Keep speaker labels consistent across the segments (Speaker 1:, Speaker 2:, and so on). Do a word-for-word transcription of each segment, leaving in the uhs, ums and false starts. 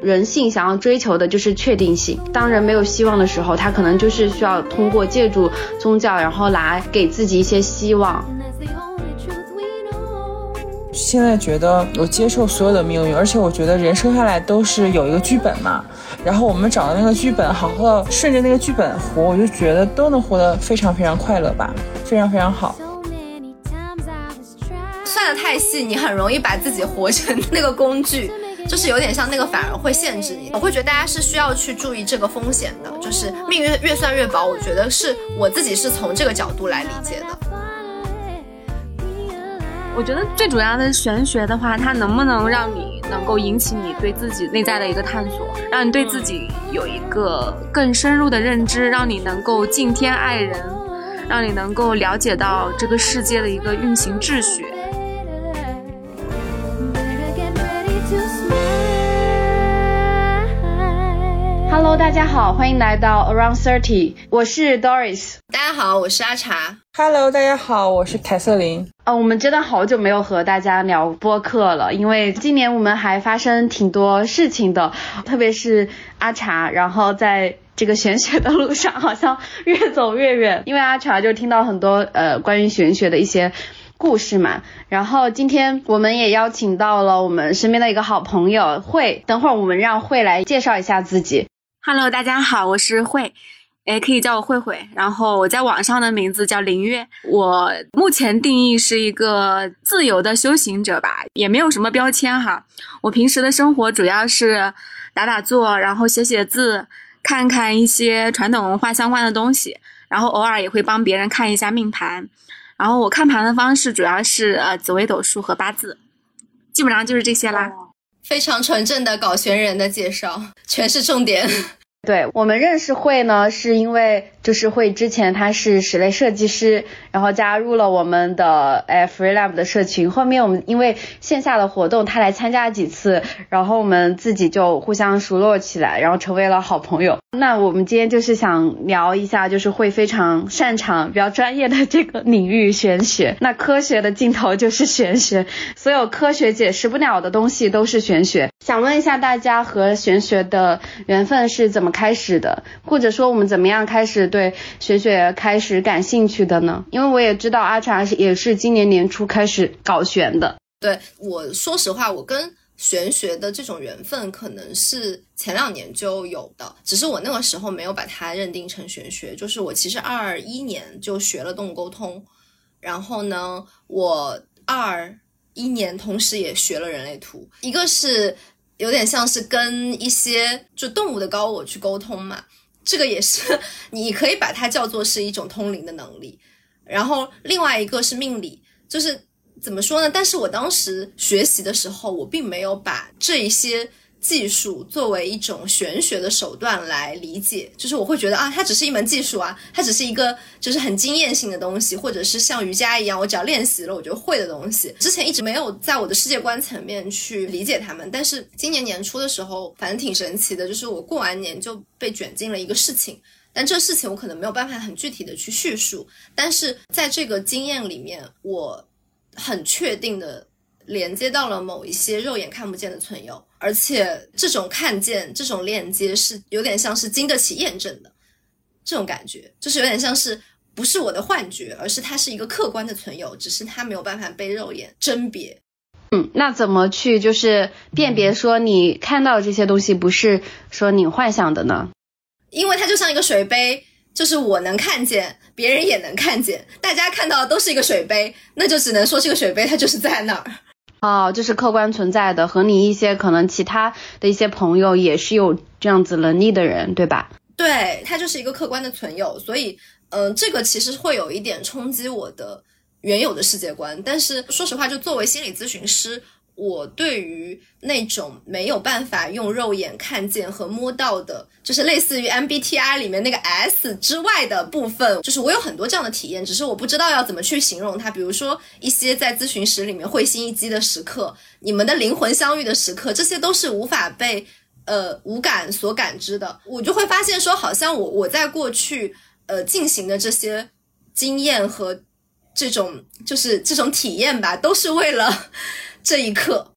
Speaker 1: 人性想要追求的就是确定性。当人没有希望的时候，他可能就是需要通过借助宗教，然后来给自己一些希望。
Speaker 2: 现在觉得我接受所有的命运，而且我觉得人生下来都是有一个剧本嘛，然后我们找到那个剧本，好好的顺着那个剧本活，我就觉得都能活得非常非常快乐吧，非常非常好。
Speaker 3: 算得太细，你很容易把自己活成那个工具，就是有点像那个，反而会限制你。我会觉得大家是需要去注意这个风险的，就是命运越算越薄，我觉得是我自己是从这个角度来理解的。
Speaker 4: 我觉得最主要的玄学的话，它能不能让你能够引起你对自己内在的一个探索，让你对自己有一个更深入的认知，让你能够敬天爱人，让你能够了解到这个世界的一个运行秩序。
Speaker 1: Hello， 大家好，欢迎来到 Around thirty， 我是 Doris。
Speaker 3: 大家好，我是阿茶。
Speaker 2: Hello， 大家好，我是凯瑟琳。
Speaker 1: 呃，我们真的好久没有和大家聊播客了，因为今年我们还发生挺多事情的，特别是阿茶，然后在这个玄学的路上好像越走越远，因为阿茶就听到很多呃关于玄学的一些故事嘛。然后今天我们也邀请到了我们身边的一个好朋友慧，等会儿我们让慧来介绍一下自己。
Speaker 4: Hello， 大家好，我是慧，也可以叫我慧慧，然后我在网上的名字叫林月。我目前定义是一个自由的修行者吧，也没有什么标签哈。我平时的生活主要是打打坐，然后写写字，看看一些传统文化相关的东西，然后偶尔也会帮别人看一下命盘。然后我看盘的方式主要是呃紫微斗数和八字，基本上就是这些啦。
Speaker 3: 非常纯正的搞玄人的介绍，全是重点。
Speaker 1: 对，我们认识慧呢，是因为就是慧之前她是室内设计师，然后加入了我们的诶 FreeLab 的社群。后面我们因为线下的活动，她来参加几次，然后我们自己就互相熟络起来，然后成为了好朋友。那我们今天就是想聊一下，就是慧非常擅长、比较专业的这个领域玄学。那科学的尽头就是玄学，所有科学解释不了的东西都是玄学。想问一下大家和玄学的缘分是怎么开始的，或者说我们怎么样开始对玄学开始感兴趣的呢？因为我也知道阿茶也是今年年初开始搞玄的。
Speaker 3: 对，我说实话，我跟玄学的这种缘分可能是前两年就有的，只是我那个时候没有把它认定成玄学。就是我其实二一年就学了动物沟通，然后呢我二一年同时也学了人类图，一个是有点像是跟一些就动物的高我去沟通嘛，这个也是你可以把它叫做是一种通灵的能力。然后另外一个是命理，就是怎么说呢，但是我当时学习的时候，我并没有把这一些技术作为一种玄学的手段来理解，就是我会觉得啊，它只是一门技术啊，它只是一个就是很经验性的东西，或者是像瑜伽一样我只要练习了我就会的东西。之前一直没有在我的世界观层面去理解它们，但是今年年初的时候反正挺神奇的，就是我过完年就被卷进了一个事情，但这个事情我可能没有办法很具体的去叙述，但是在这个经验里面我很确定的连接到了某一些肉眼看不见的存有，而且这种看见这种链接是有点像是经得起验证的，这种感觉就是有点像是不是我的幻觉，而是它是一个客观的存有，只是它没有办法被肉眼甄别。
Speaker 1: 嗯，那怎么去就是辨别说你看到的这些东西不是说你幻想的呢？
Speaker 3: 因为它就像一个水杯，就是我能看见，别人也能看见，大家看到的都是一个水杯，那就只能说这个水杯它就是在那儿。
Speaker 1: 哦，就是客观存在的，和你一些可能其他的一些朋友也是有这样子能力的人，对吧？
Speaker 3: 对，它就是一个客观的存有，所以嗯、呃，这个其实会有一点冲击我的原有的世界观。但是说实话，就作为心理咨询师，我对于那种没有办法用肉眼看见和摸到的，就是类似于 M B T I 里面那个 S 之外的部分，就是我有很多这样的体验，只是我不知道要怎么去形容它。比如说一些在咨询室里面会心一击的时刻，你们的灵魂相遇的时刻，这些都是无法被呃五感所感知的。我就会发现说，好像我我在过去呃进行的这些经验和这种就是这种体验吧，都是为了这一刻，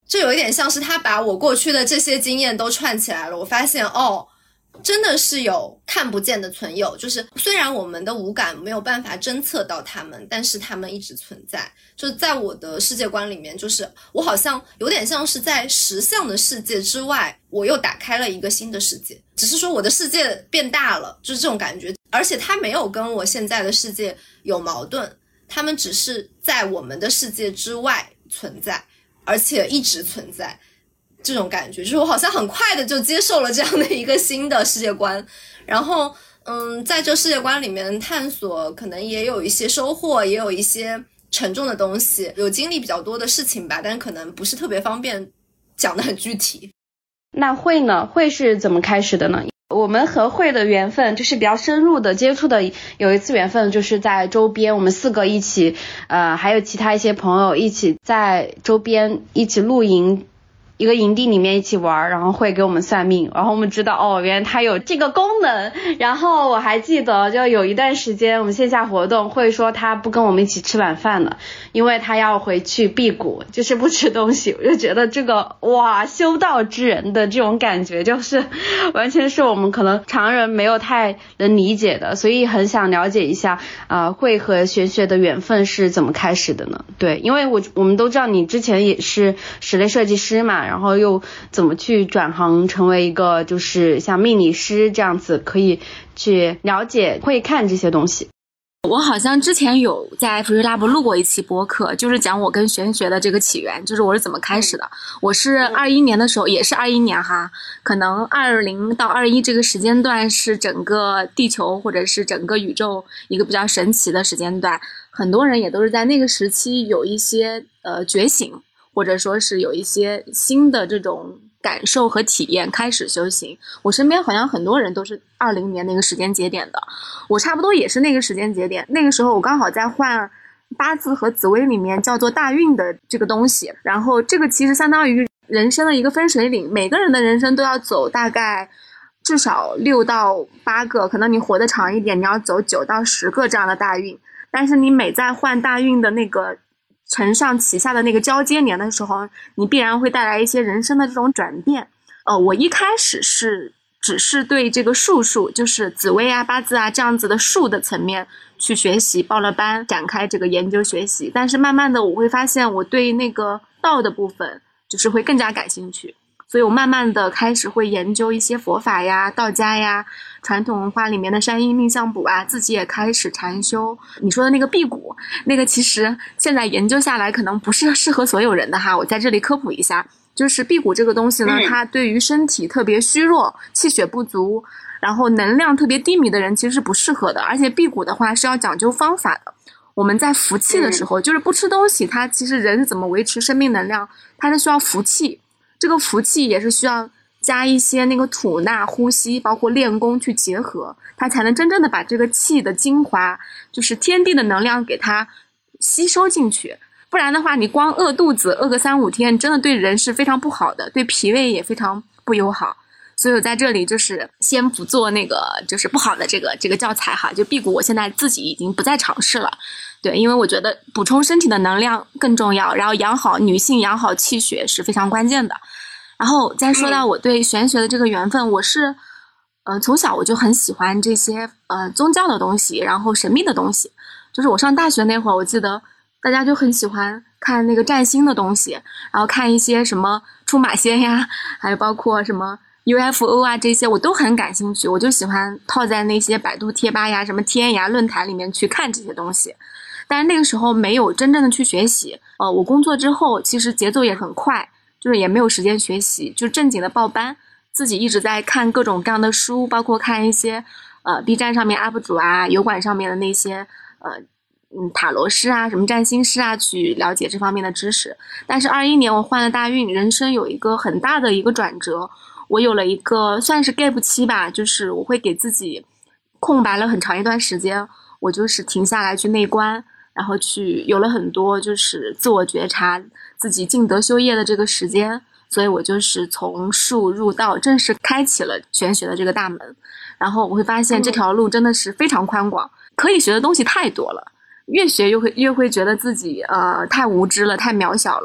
Speaker 3: 这有一点像是他把我过去的这些经验都串起来了，我发现哦，真的是有看不见的存有，就是虽然我们的五感没有办法侦测到它们，但是它们一直存在。就是在我的世界观里面，就是我好像有点像是在实相的世界之外，我又打开了一个新的世界，只是说我的世界变大了，就是这种感觉。而且它没有跟我现在的世界有矛盾，它们只是在我们的世界之外存在，而且一直存在。这种感觉就是我好像很快的就接受了这样的一个新的世界观，然后嗯，在这世界观里面探索可能也有一些收获，也有一些沉重的东西，有经历比较多的事情吧，但是可能不是特别方便讲得很具体。
Speaker 1: 那慧呢？慧是怎么开始的呢？我们和慧的缘分就是比较深入的接触的，有一次缘分就是在周边，我们四个一起呃还有其他一些朋友一起在周边一起露营，一个营地里面一起玩，然后会给我们算命，然后我们知道哦，原来它有这个功能。然后我还记得就有一段时间我们线下活动会说他不跟我们一起吃晚饭了，因为他要回去辟谷，就是不吃东西。我就觉得这个哇，修道之人的这种感觉就是完全是我们可能常人没有太能理解的，所以很想了解一下啊、呃，慧和玄学的缘分是怎么开始的呢？对，因为我我们都知道你之前也是室内设计师嘛，然后又怎么去转行成为一个就是像命理师这样子，可以去了解会看这些东西。
Speaker 4: 我好像之前有在 FreeLab 录过一期播客，就是讲我跟玄学的这个起源，就是我是怎么开始的。我是二一年的时候，也是二一年哈，可能二零到二一这个时间段是整个地球或者是整个宇宙一个比较神奇的时间段，很多人也都是在那个时期有一些呃觉醒，或者说是有一些新的这种感受和体验，开始修行。我身边好像很多人都是二零年那个时间节点的，我差不多也是那个时间节点。那个时候我刚好在换八字和紫微里面叫做大运的这个东西，然后这个其实相当于人生的一个分水岭，每个人的人生都要走大概至少六到八个，可能你活得长一点，你要走九到十个这样的大运。但是你每在换大运的那个承上启下的那个交接年的时候，你必然会带来一些人生的这种转变。呃，我一开始是只是对这个术数，就是紫微啊、八字啊这样子的术的层面去学习，报了班展开这个研究学习。但是慢慢的我会发现我对那个道的部分就是会更加感兴趣，所以我慢慢的开始会研究一些佛法呀、道家呀、传统文化里面的山阴命相卜啊，自己也开始禅修。你说的那个辟谷，那个其实现在研究下来可能不是适合所有人的哈，我在这里科普一下，就是辟谷这个东西呢，它对于身体特别虚弱、气血不足，然后能量特别低迷的人其实是不适合的，而且辟谷的话是要讲究方法的。我们在服气的时候，就是不吃东西，它其实人是怎么维持生命能量，它是需要服气，这个服气也是需要加一些那个吐纳、呼吸，包括练功去结合，它才能真正的把这个气的精华，就是天地的能量给它吸收进去。不然的话，你光饿肚子，饿个三五天，真的对人是非常不好的，对脾胃也非常不友好。所以我在这里就是先不做那个就是不好的这个这个教材哈，就辟谷我现在自己已经不再尝试了。对，因为我觉得补充身体的能量更重要，然后养好女性养好气血是非常关键的。然后再说到我对玄学的这个缘分，我是呃从小我就很喜欢这些呃宗教的东西，然后神秘的东西。就是我上大学那会儿，我记得大家就很喜欢看那个占星的东西，然后看一些什么出马仙呀，还有包括什么 U F O 啊，这些我都很感兴趣，我就喜欢套在那些百度贴吧呀、什么天涯论坛里面去看这些东西。但是那个时候没有真正的去学习，呃，我工作之后其实节奏也很快，就是也没有时间学习，就正经的报班，自己一直在看各种各样的书，包括看一些呃 B 站上面 U P 主啊、油管上面的那些呃嗯塔罗师啊、什么占星师啊，去了解这方面的知识。但是二一年我换了大运，人生有一个很大的一个转折，我有了一个算是 gap 期吧，就是我会给自己空白了很长一段时间，我就是停下来去内观，然后去有了很多就是自我觉察、自己静德修业的这个时间，所以我就是从术入道，正式开启了玄学的这个大门。然后我会发现这条路真的是非常宽广，可以学的东西太多了，越学越会越会觉得自己呃太无知了，太渺小了。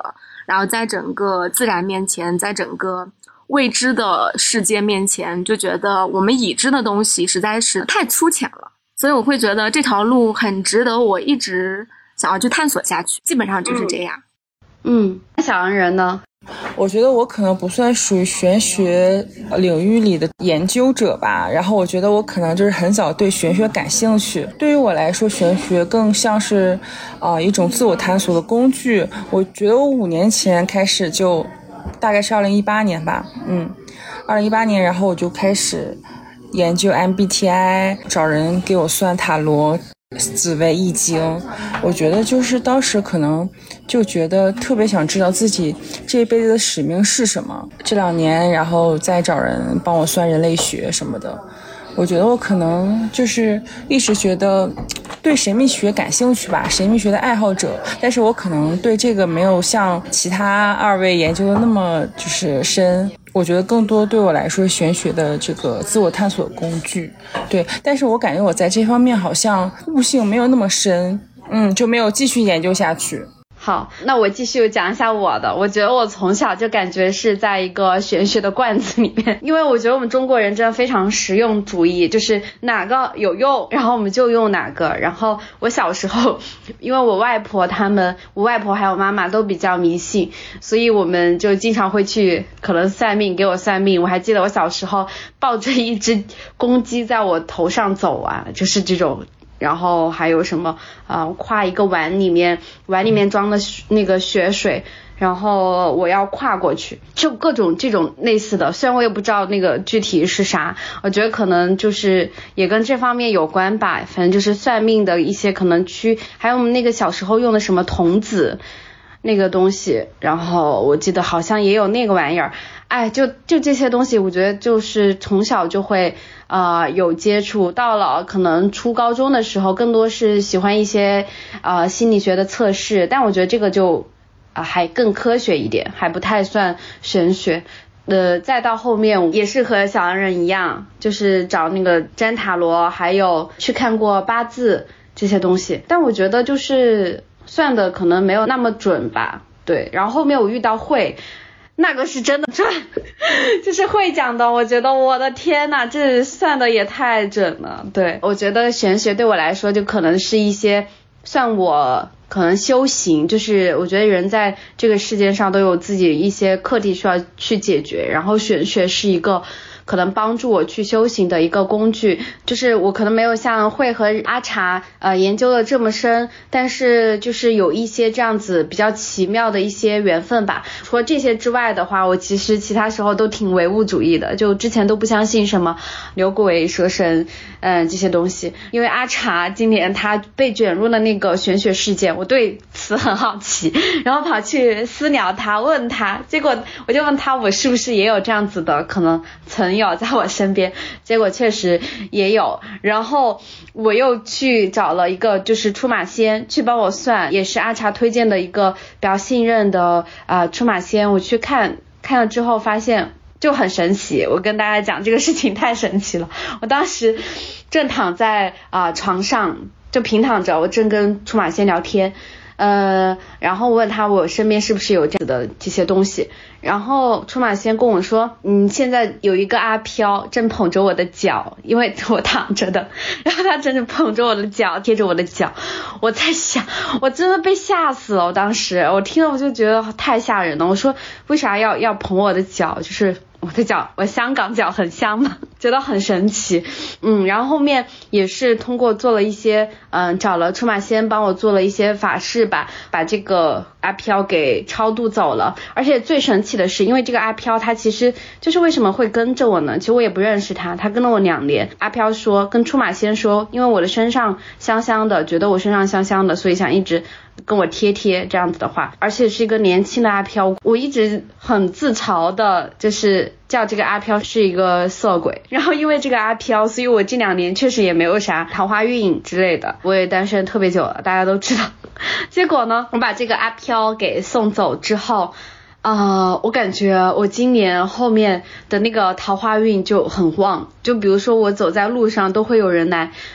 Speaker 4: 然后在整个自然面前，在整个未知的世界面前，就觉得我们已知的东西实在是太粗浅了，所以我会觉得这条路很值得我一直想要去探索下去，基本上就是这样。
Speaker 1: 嗯，那小洋人呢？
Speaker 2: 我觉得我可能不算属于玄学领域里的研究者吧，然后我觉得我可能就是很早对玄学感兴趣。对于我来说，玄学更像是啊、呃、一种自我探索的工具。我觉得我五年前开始就，大概是二零一八年吧，嗯，二零一八年，然后我就开始研究 M B T I， 找人给我算塔罗、紫微、易经。我觉得就是当时可能就觉得特别想知道自己这一辈子的使命是什么。这两年然后再找人帮我算人类学什么的，我觉得我可能就是一直觉得对神秘学感兴趣吧，神秘学的爱好者，但是我可能对这个没有像其他二位研究的那么就是深。我觉得更多对我来说玄学的这个自我探索工具，对，但是我感觉我在这方面好像悟性没有那么深，嗯，就没有继续研究下去。
Speaker 1: 好，那我继续讲一下我的。我觉得我从小就感觉是在一个玄学的罐子里面，因为我觉得我们中国人真的非常实用主义，就是哪个有用，然后我们就用哪个。然后我小时候，因为我外婆他们，我外婆还有妈妈都比较迷信，所以我们就经常会去可能算命，给我算命。我还记得我小时候抱着一只公鸡在我头上走啊，就是这种。然后还有什么啊、呃，跨一个碗里面，碗里面装的那个血水，然后我要跨过去，就各种这种类似的。虽然我也不知道那个具体是啥，我觉得可能就是也跟这方面有关吧。反正就是算命的一些可能区，还有我们那个小时候用的什么童子那个东西，然后我记得好像也有那个玩意儿。哎，就就这些东西，我觉得就是从小就会呃有接触，到了可能初高中的时候，更多是喜欢一些呃心理学的测试，但我觉得这个就啊、呃、还更科学一点，还不太算玄学。呃，再到后面也是和小洋人一样，就是找那个占塔罗，还有去看过八字这些东西，但我觉得就是算的可能没有那么准吧。对，然后后面我遇到慧。那个是真的准，就是会讲的，我觉得我的天呐，这算的也太准了。对，我觉得玄学对我来说就可能是一些算我可能修行，就是我觉得人在这个世界上都有自己一些课题需要去解决，然后玄学是一个可能帮助我去修行的一个工具。就是我可能没有像慧和阿茶呃研究的这么深，但是就是有一些这样子比较奇妙的一些缘分吧。除了这些之外的话，我其实其他时候都挺唯物主义的，就之前都不相信什么牛鬼蛇神嗯、呃、这些东西。因为阿茶今年他被卷入了那个玄学事件，我对此很好奇，然后跑去私聊他问他，结果我就问他我是不是也有这样子的可能曾有在我身边，结果确实也有。然后我又去找了一个就是出马仙去帮我算，也是阿茶推荐的一个比较信任的啊、呃、出马仙。我去看看了之后发现就很神奇，我跟大家讲这个事情太神奇了。我当时正躺在啊、呃、床上就平躺着，我正跟出马仙聊天，呃，然后问他我身边是不是有这样的这些东西，然后出马仙跟我说，嗯，现在有一个阿飘正捧着我的脚，因为我躺着的，然后他真的捧着我的脚，贴着我的脚。我在想，我真的被吓死了，我当时我听了我就觉得太吓人了。我说为啥要要捧我的脚，就是我的脚，我香港脚很香嘛，觉得很神奇。嗯，然后后面也是通过做了一些嗯，找了出马仙帮我做了一些法事吧，把这个阿飘给超度走了。而且最神奇的是，因为这个阿飘他其实就是为什么会跟着我呢，其实我也不认识他，他跟了我两年。阿飘说跟出马仙说，因为我的身上香香的，觉得我身上香香的，所以想一直跟我贴贴这样子的话。而且是一个年轻的阿飘，我一直很自嘲的就是叫这个阿飘是一个色鬼。然后因为这个阿飘，所以我这两年确实也没有啥桃花运之类的，我也单身特别久了，大家都知道。结果呢，我把这个阿飘给送走之后呃，我感觉我今年后面的那个桃花运就很旺，就比如说我走在路上都会有人来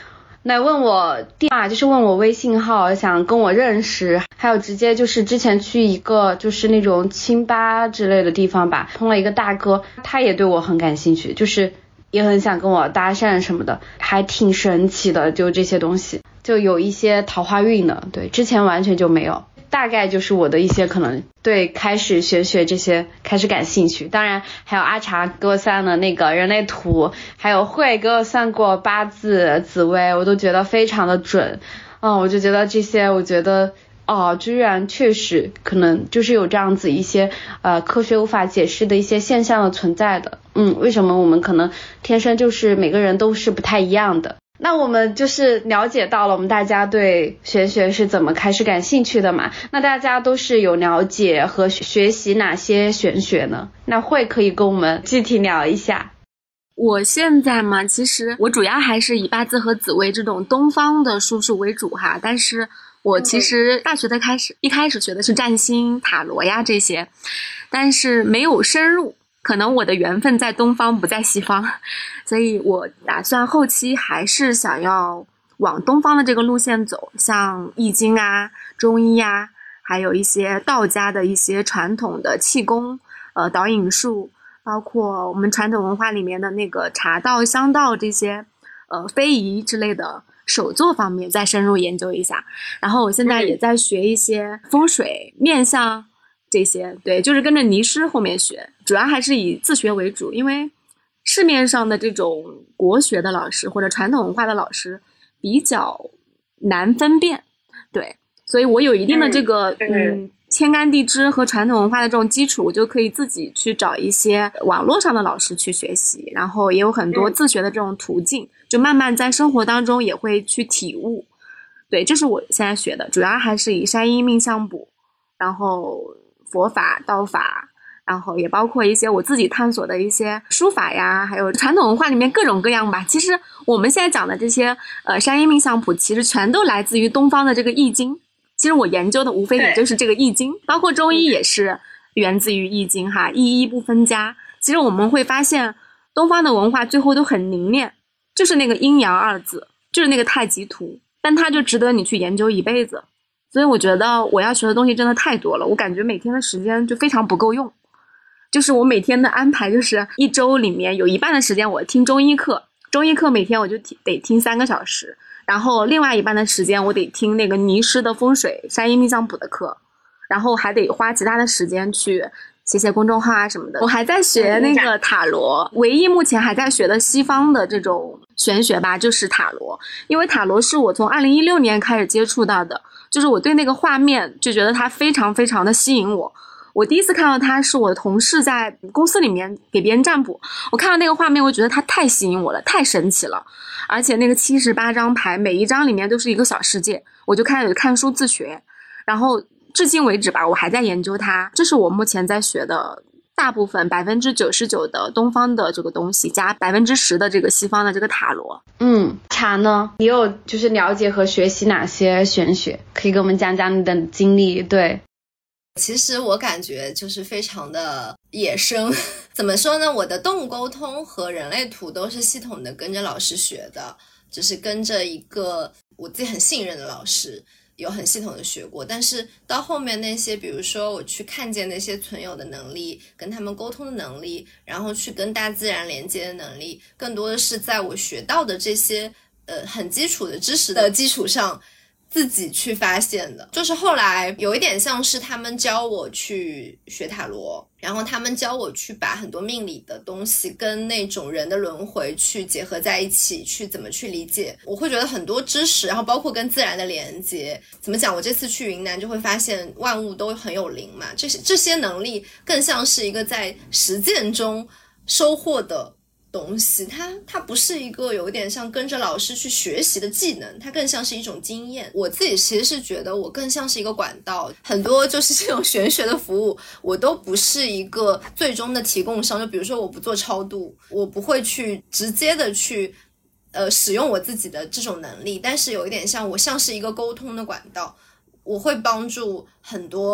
Speaker 1: 来问我电话，就是问我微信号，想跟我认识，还有直接就是之前去一个就是那种清吧之类的地方吧，碰了一个大哥，他也对我很感兴趣，就是也很想跟我搭讪什么的，还挺神奇的，就这些东西就有一些桃花运的，对，之前完全就没有。大概就是我的一些可能对开始玄学这些开始感兴趣，当然还有阿茶给我算的那个人类图，还有慧给我算过八字紫微，我都觉得非常的准。嗯，我就觉得这些我觉得哦，居然确实可能就是有这样子一些呃科学无法解释的一些现象的存在的。嗯，为什么我们可能天生就是每个人都是不太一样的。那我们就是了解到了我们大家对玄学是怎么开始感兴趣的嘛，那大家都是有了解和学习哪些玄学呢？那慧可以跟我们具体聊一下。
Speaker 4: 我现在嘛，其实我主要还是以八字和紫微这种东方的术数为主哈，但是我其实大学的开始一开始学的是占星塔罗呀这些，但是没有深入，可能我的缘分在东方不在西方，所以我打算后期还是想要往东方的这个路线走，像易经啊、中医啊，还有一些道家的一些传统的气功、呃导引术，包括我们传统文化里面的那个茶道、香道这些呃非遗之类的手作方面再深入研究一下。然后我现在也在学一些风水、面相这些，对，就是跟着尼师后面学，主要还是以自学为主，因为市面上的这种国学的老师或者传统文化的老师比较难分辨，对，所以我有一定的这个嗯。嗯天干地支和传统文化的这种基础，我就可以自己去找一些网络上的老师去学习，然后也有很多自学的这种途径，就慢慢在生活当中也会去体悟。对，这是我现在学的，主要还是以山医命相卜，然后佛法、道法，然后也包括一些我自己探索的一些书法呀，还有传统文化里面各种各样吧。其实我们现在讲的这些呃山医命相卜，其实全都来自于东方的这个易经。其实我研究的无非也就是这个易经，包括中医也是源自于易经哈，一一不分家。其实我们会发现东方的文化最后都很凝练，就是那个阴阳二字，就是那个太极图，但它就值得你去研究一辈子。所以我觉得我要学的东西真的太多了，我感觉每天的时间就非常不够用。就是我每天的安排就是一周里面有一半的时间我听中医课，中医课每天我就得听三个小时，然后另外一半的时间我得听那个尼师的风水山医命相卜的课，然后还得花其他的时间去写写公众号啊什么的。我还在学那个塔罗，唯一目前还在学的西方的这种玄学吧就是塔罗，因为塔罗是我从二零一六年开始接触到的，就是我对那个画面就觉得它非常非常的吸引我。我第一次看到它是我的同事在公司里面给别人占卜，我看到那个画面我觉得它太吸引我了，太神奇了，而且那个七十八张牌每一张里面都是一个小世界，我就开始看书自学，然后至今为止吧我还在研究它。这是我目前在学的大部分百分之九十九的东方的这个东西，加百分之十的这个西方的这个塔罗。
Speaker 1: 嗯，茶呢？你有就是了解和学习哪些玄学？可以给我们讲讲你的经历？对。
Speaker 3: 其实我感觉就是非常的野生，怎么说呢？我的动物沟通和人类图都是系统的跟着老师学的，就是跟着一个我自己很信任的老师，有很系统的学过。但是到后面那些，比如说我去看见那些存有的能力，跟他们沟通的能力，然后去跟大自然连接的能力，更多的是在我学到的这些呃很基础的知识的基础上自己去发现的。就是后来有一点像是他们教我去学塔罗，然后他们教我去把很多命理的东西跟那种人的轮回去结合在一起，去怎么去理解。我会觉得很多知识，然后包括跟自然的连接，怎么讲，我这次去云南就会发现万物都很有灵嘛，这些这些能力更像是一个在实践中收获的东西，它它不是一个有点像跟着老师去学习的技能，它更像是一种经验。我自己其实是觉得我更像是一个管道，很多就是这种玄学的服务我都不是一个最终的提供商，就比如说我不做超度，我不会去直接的去呃使用我自己的这种能力，但是有一点像我像是一个沟通的管道，我会帮助很多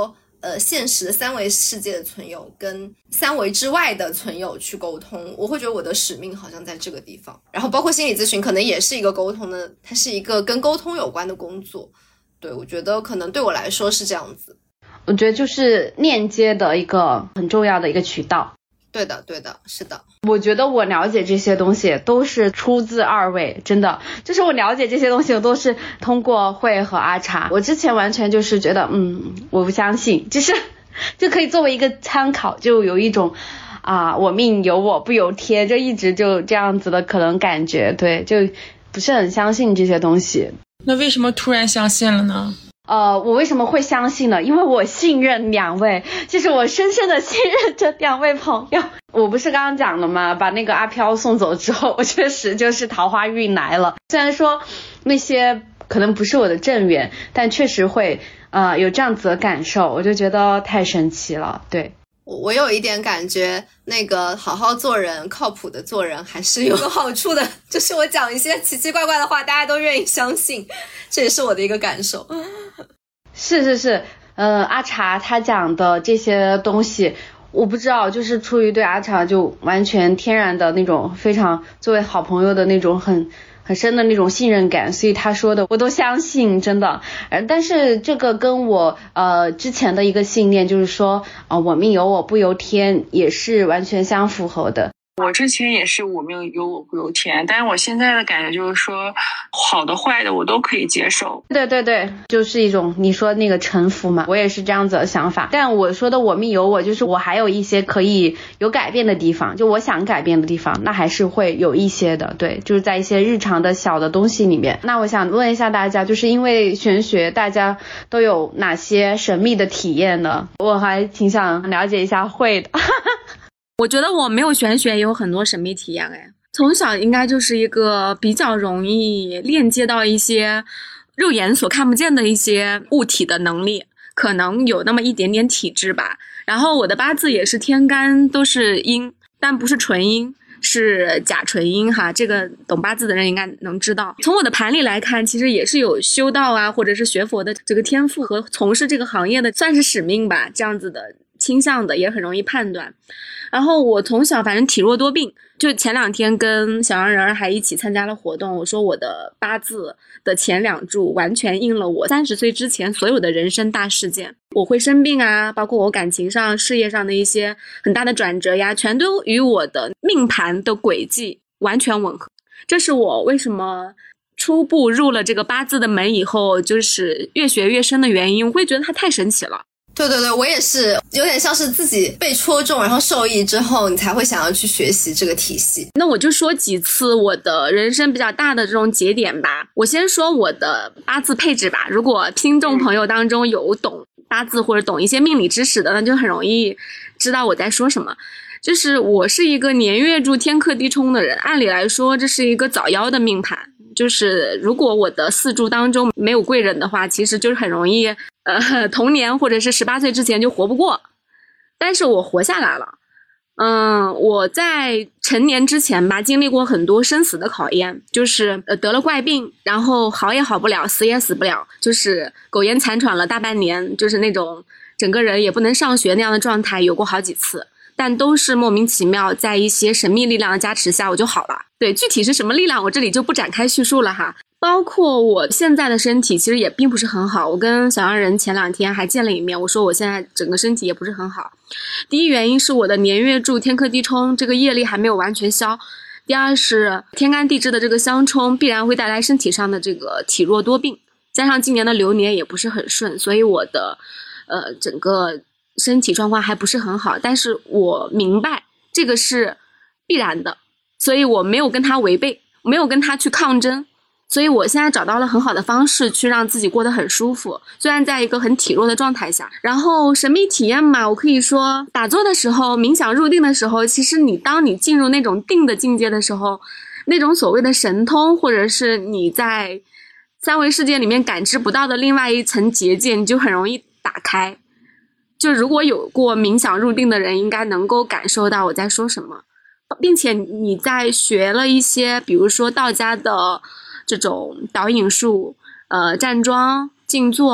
Speaker 3: 呃现实的三维世界的存有跟三维之外的存有去沟通，我会觉得我的使命好像在这个地方。然后包括心理咨询可能也是一个沟通的，它是一个跟沟通有关的工作。对，我觉得可能对我来说是这样子。
Speaker 1: 我觉得就是链接的一个很重要的一个渠道。
Speaker 3: 对的对的，是的。
Speaker 1: 我觉得我了解这些东西都是出自二位，真的就是我了解这些东西我都是通过慧和阿茶。我之前完全就是觉得嗯我不相信，就是就可以作为一个参考，就有一种啊我命由我不由天，就一直就这样子的可能感觉。对，就不是很相信这些东西。
Speaker 2: 那为什么突然相信了呢？
Speaker 1: 呃，我为什么会相信呢？因为我信任两位，就是我深深的信任这两位朋友。我不是刚刚讲了吗？把那个阿飘送走之后，我确实就是桃花运来了。虽然说那些可能不是我的正缘，但确实会呃有这样子的感受，我就觉得太神奇了。对。
Speaker 3: 我我有一点感觉，那个好好做人、靠谱的做人还是有个好处的，就是我讲一些奇奇怪怪的话，大家都愿意相信，这也是我的一个感受。
Speaker 1: 是是是，呃，阿茶他讲的这些东西，我不知道，就是出于对阿茶就完全天然的那种非常作为好朋友的那种很很深的那种信任感，所以他说的我都相信，真的。呃，但是这个跟我呃之前的一个信念，就是说啊、呃、我命由我不由天，也是完全相符合的。
Speaker 2: 我之前也是我命由我不由天，但是我现在的感觉就是说好的坏的我都可以接受。
Speaker 1: 对对对，就是一种你说那个臣服嘛，我也是这样子的想法。但我说的我命由我，就是我还有一些可以有改变的地方，就我想改变的地方，那还是会有一些的。对，就是在一些日常的小的东西里面。那我想问一下大家，就是因为玄学大家都有哪些神秘的体验呢？我还挺想了解一下慧的。
Speaker 4: 我觉得我没有玄学也有很多神秘体验哎，从小应该就是一个比较容易链接到一些肉眼所看不见的一些物体的能力，可能有那么一点点体质吧。然后我的八字也是天干都是阴，但不是纯阴，是假纯阴哈，这个懂八字的人应该能知道。从我的盘里来看，其实也是有修道啊或者是学佛的这个天赋和从事这个行业的算是使命吧，这样子的倾向的也很容易判断。然后我从小反正体弱多病，就前两天跟小洋人还一起参加了活动，我说我的八字的前两柱完全应了我三十岁之前所有的人生大事件，我会生病啊，包括我感情上事业上的一些很大的转折呀，全都与我的命盘的轨迹完全吻合。这是我为什么初步入了这个八字的门以后就是越学越深的原因，我会觉得它太神奇了。
Speaker 3: 对对对，我也是有点像是自己被戳中然后受益之后你才会想要去学习这个体系。
Speaker 4: 那我就说几次我的人生比较大的这种节点吧。我先说我的八字配置吧，如果听众朋友当中有懂八字或者懂一些命理知识的，那就很容易知道我在说什么。就是我是一个年月柱天克地冲的人，按理来说这是一个早夭的命盘，就是如果我的四柱当中没有贵人的话，其实就是很容易呃童年或者是十八岁之前就活不过，但是我活下来了。嗯，我在成年之前吧，经历过很多生死的考验，就是呃得了怪病，然后好也好不了，死也死不了，就是苟延残喘了大半年，就是那种整个人也不能上学那样的状态，有过好几次。但都是莫名其妙在一些神秘力量的加持下我就好了。对，具体是什么力量我这里就不展开叙述了哈。包括我现在的身体其实也并不是很好，我跟小洋人前两天还见了一面，我说我现在整个身体也不是很好。第一原因是我的年月柱天克地冲这个业力还没有完全消，第二是天干地支的这个相冲必然会带来身体上的这个体弱多病，加上今年的流年也不是很顺，所以我的呃整个身体状况还不是很好，但是我明白这个是必然的，所以我没有跟他违背，没有跟他去抗争，所以我现在找到了很好的方式去让自己过得很舒服，虽然在一个很体弱的状态下。然后神秘体验嘛，我可以说打坐的时候冥想入定的时候，其实你当你进入那种定的境界的时候，那种所谓的神通或者是你在三维世界里面感知不到的另外一层结界，你就很容易打开。就如果有过冥想入定的人应该能够感受到我在说什么，并且你在学了一些比如说道家的这种导引术、呃站桩、静坐、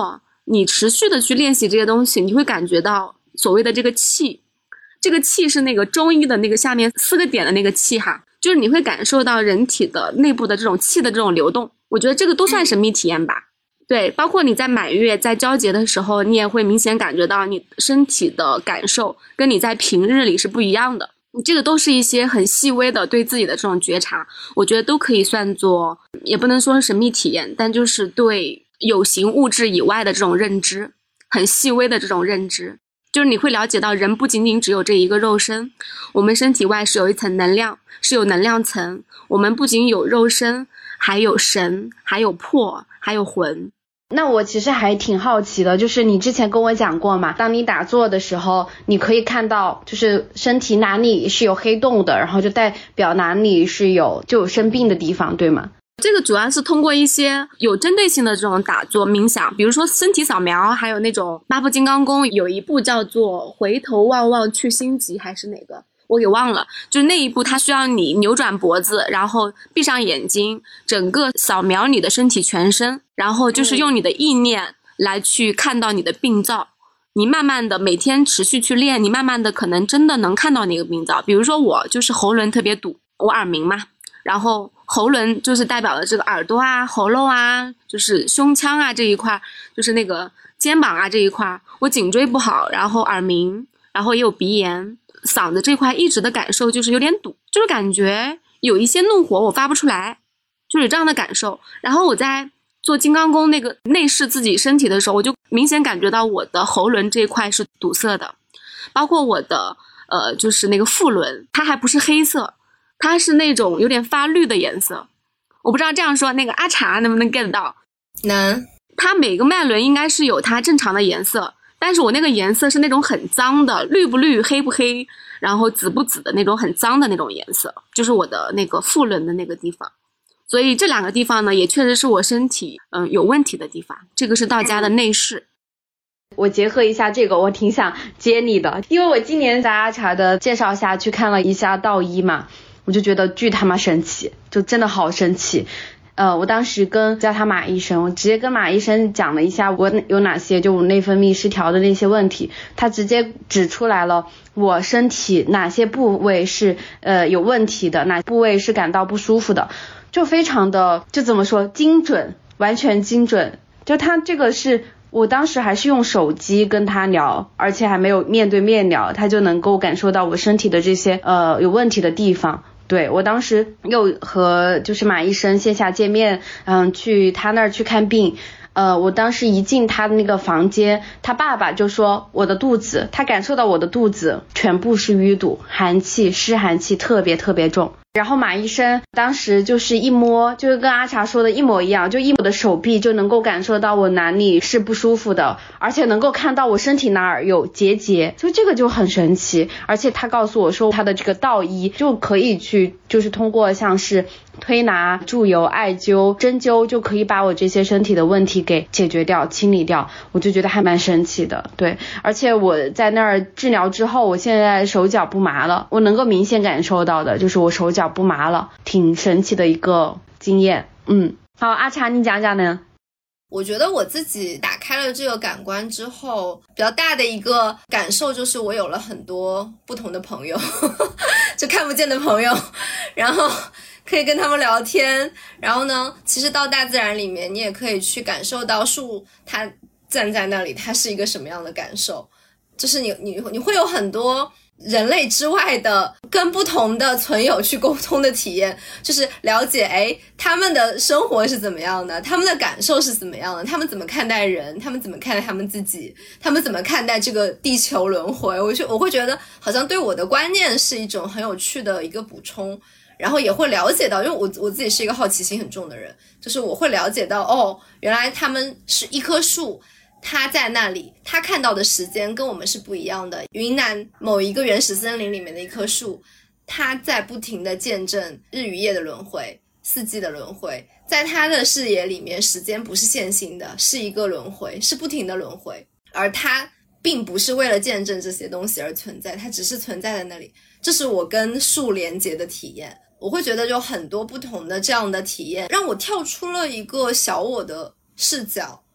Speaker 4: 你持续的去练习这些东西，你会感觉到所谓的这个气，这个气是那个中医的那个下面四个点的那个气哈，就是你会感受到人体的内部的这种气的这种流动，我觉得这个都算神秘体验吧。对，包括你在满月在交节的时候，你也会明显感觉到你身体的感受跟你在平日里是不一样的，这个都是一些很细微的对自己的这种觉察，我觉得都可以算作，也不能说是神秘体验，但就是对有形物质以外的这种认知，很细微的这种认知，就是你会了解到人不仅仅只有这一个肉身，我们身体外是有一层能量，是有能量层，我们不仅有肉身，还有神，还有魄，还有魂。
Speaker 1: 那我其实还挺好奇的，就是你之前跟我讲过嘛，当你打坐的时候，你可以看到就是身体哪里是有黑洞的，然后就代表哪里是有就有生病的地方，对吗？
Speaker 4: 这个主要是通过一些有针对性的这种打坐冥想，比如说身体扫描，还有那种八部金刚功有一部叫做回头望望去心急还是哪个我给忘了，就是那一步它需要你扭转脖子，然后闭上眼睛，整个扫描你的身体全身，然后就是用你的意念来去看到你的病灶，你慢慢的每天持续去练，你慢慢的可能真的能看到那个病灶。比如说我就是喉轮特别堵，我耳鸣嘛，然后喉轮就是代表了这个耳朵啊、喉咙啊，就是胸腔啊这一块，就是那个肩膀啊这一块，我颈椎不好，然后耳鸣，然后也有鼻炎，嗓子这块一直的感受就是有点堵，就是感觉有一些怒火我发不出来，就是有这样的感受。然后我在做金刚功那个内视自己身体的时候，我就明显感觉到我的喉轮这一块是堵塞的，包括我的呃就是那个腹轮，它还不是黑色，它是那种有点发绿的颜色。我不知道这样说那个阿茶能不能 get 到？
Speaker 3: 能。
Speaker 4: 它每个脉轮应该是有它正常的颜色，但是我那个颜色是那种很脏的，绿不绿黑不黑，然后紫不紫的那种很脏的那种颜色，就是我的那个腹轮的那个地方。所以这两个地方呢也确实是我身体嗯有问题的地方，这个是道家的内视。
Speaker 1: 我结合一下这个，我挺想接你的，因为我今年在阿茶的介绍下去看了一下道医嘛，我就觉得巨他妈神奇，就真的好神奇。呃，我当时跟叫他马医生，我直接跟马医生讲了一下我有哪些就我内分泌失调的那些问题，他直接指出来了我身体哪些部位是呃有问题的，哪部位是感到不舒服的，就非常的就怎么说精准，完全精准。就他这个是我当时还是用手机跟他聊，而且还没有面对面聊，他就能够感受到我身体的这些呃有问题的地方。对，我当时又和就是马医生线下见面，嗯，去他那儿去看病。呃，我当时一进他的那个房间，他爸爸就说我的肚子，他感受到我的肚子全部是淤堵，寒气，湿寒气特别特别重。然后马医生当时就是一摸，就是跟阿茶说的一模一样，就一摸我的手臂就能够感受到我哪里是不舒服的，而且能够看到我身体哪儿有结节，就这个就很神奇。而且他告诉我说他的这个道医就可以去就是通过像是推拿、注油、艾灸、针灸就可以把我这些身体的问题给解决掉、清理掉，我就觉得还蛮神奇的。对，而且我在那儿治疗之后，我现在手脚不麻了，我能够明显感受到的就是我手脚不麻了，挺神奇的一个经验。嗯，好，阿茶你讲讲呢？
Speaker 3: 我觉得我自己打开了这个感官之后，比较大的一个感受就是我有了很多不同的朋友就看不见的朋友，然后可以跟他们聊天，然后呢其实到大自然里面你也可以去感受到树它站在那里它是一个什么样的感受，就是你你你会有很多人类之外的跟不同的存有去沟通的体验，就是了解诶他们的生活是怎么样的，他们的感受是怎么样的，他们怎么看待人，他们怎么看待他们自己，他们怎么看待这个地球轮回，我就我会觉得好像对我的观念是一种很有趣的一个补充，然后也会了解到，因为我我自己是一个好奇心很重的人，就是我会了解到哦原来他们是一棵树，他在那里他看到的时间跟我们是不一样的，云南某一个原始森林里面的一棵树，他在不停的见证日与夜的轮回，四季的轮回，在他的视野里面时间不是线性的，是一个轮回，是不停的轮回，而他并不是为了见证这些东西而存在，它只是存在在那里，这是我跟树连接的体验。我会觉得有很多不同的这样的体验让我跳出了一个小我的视角，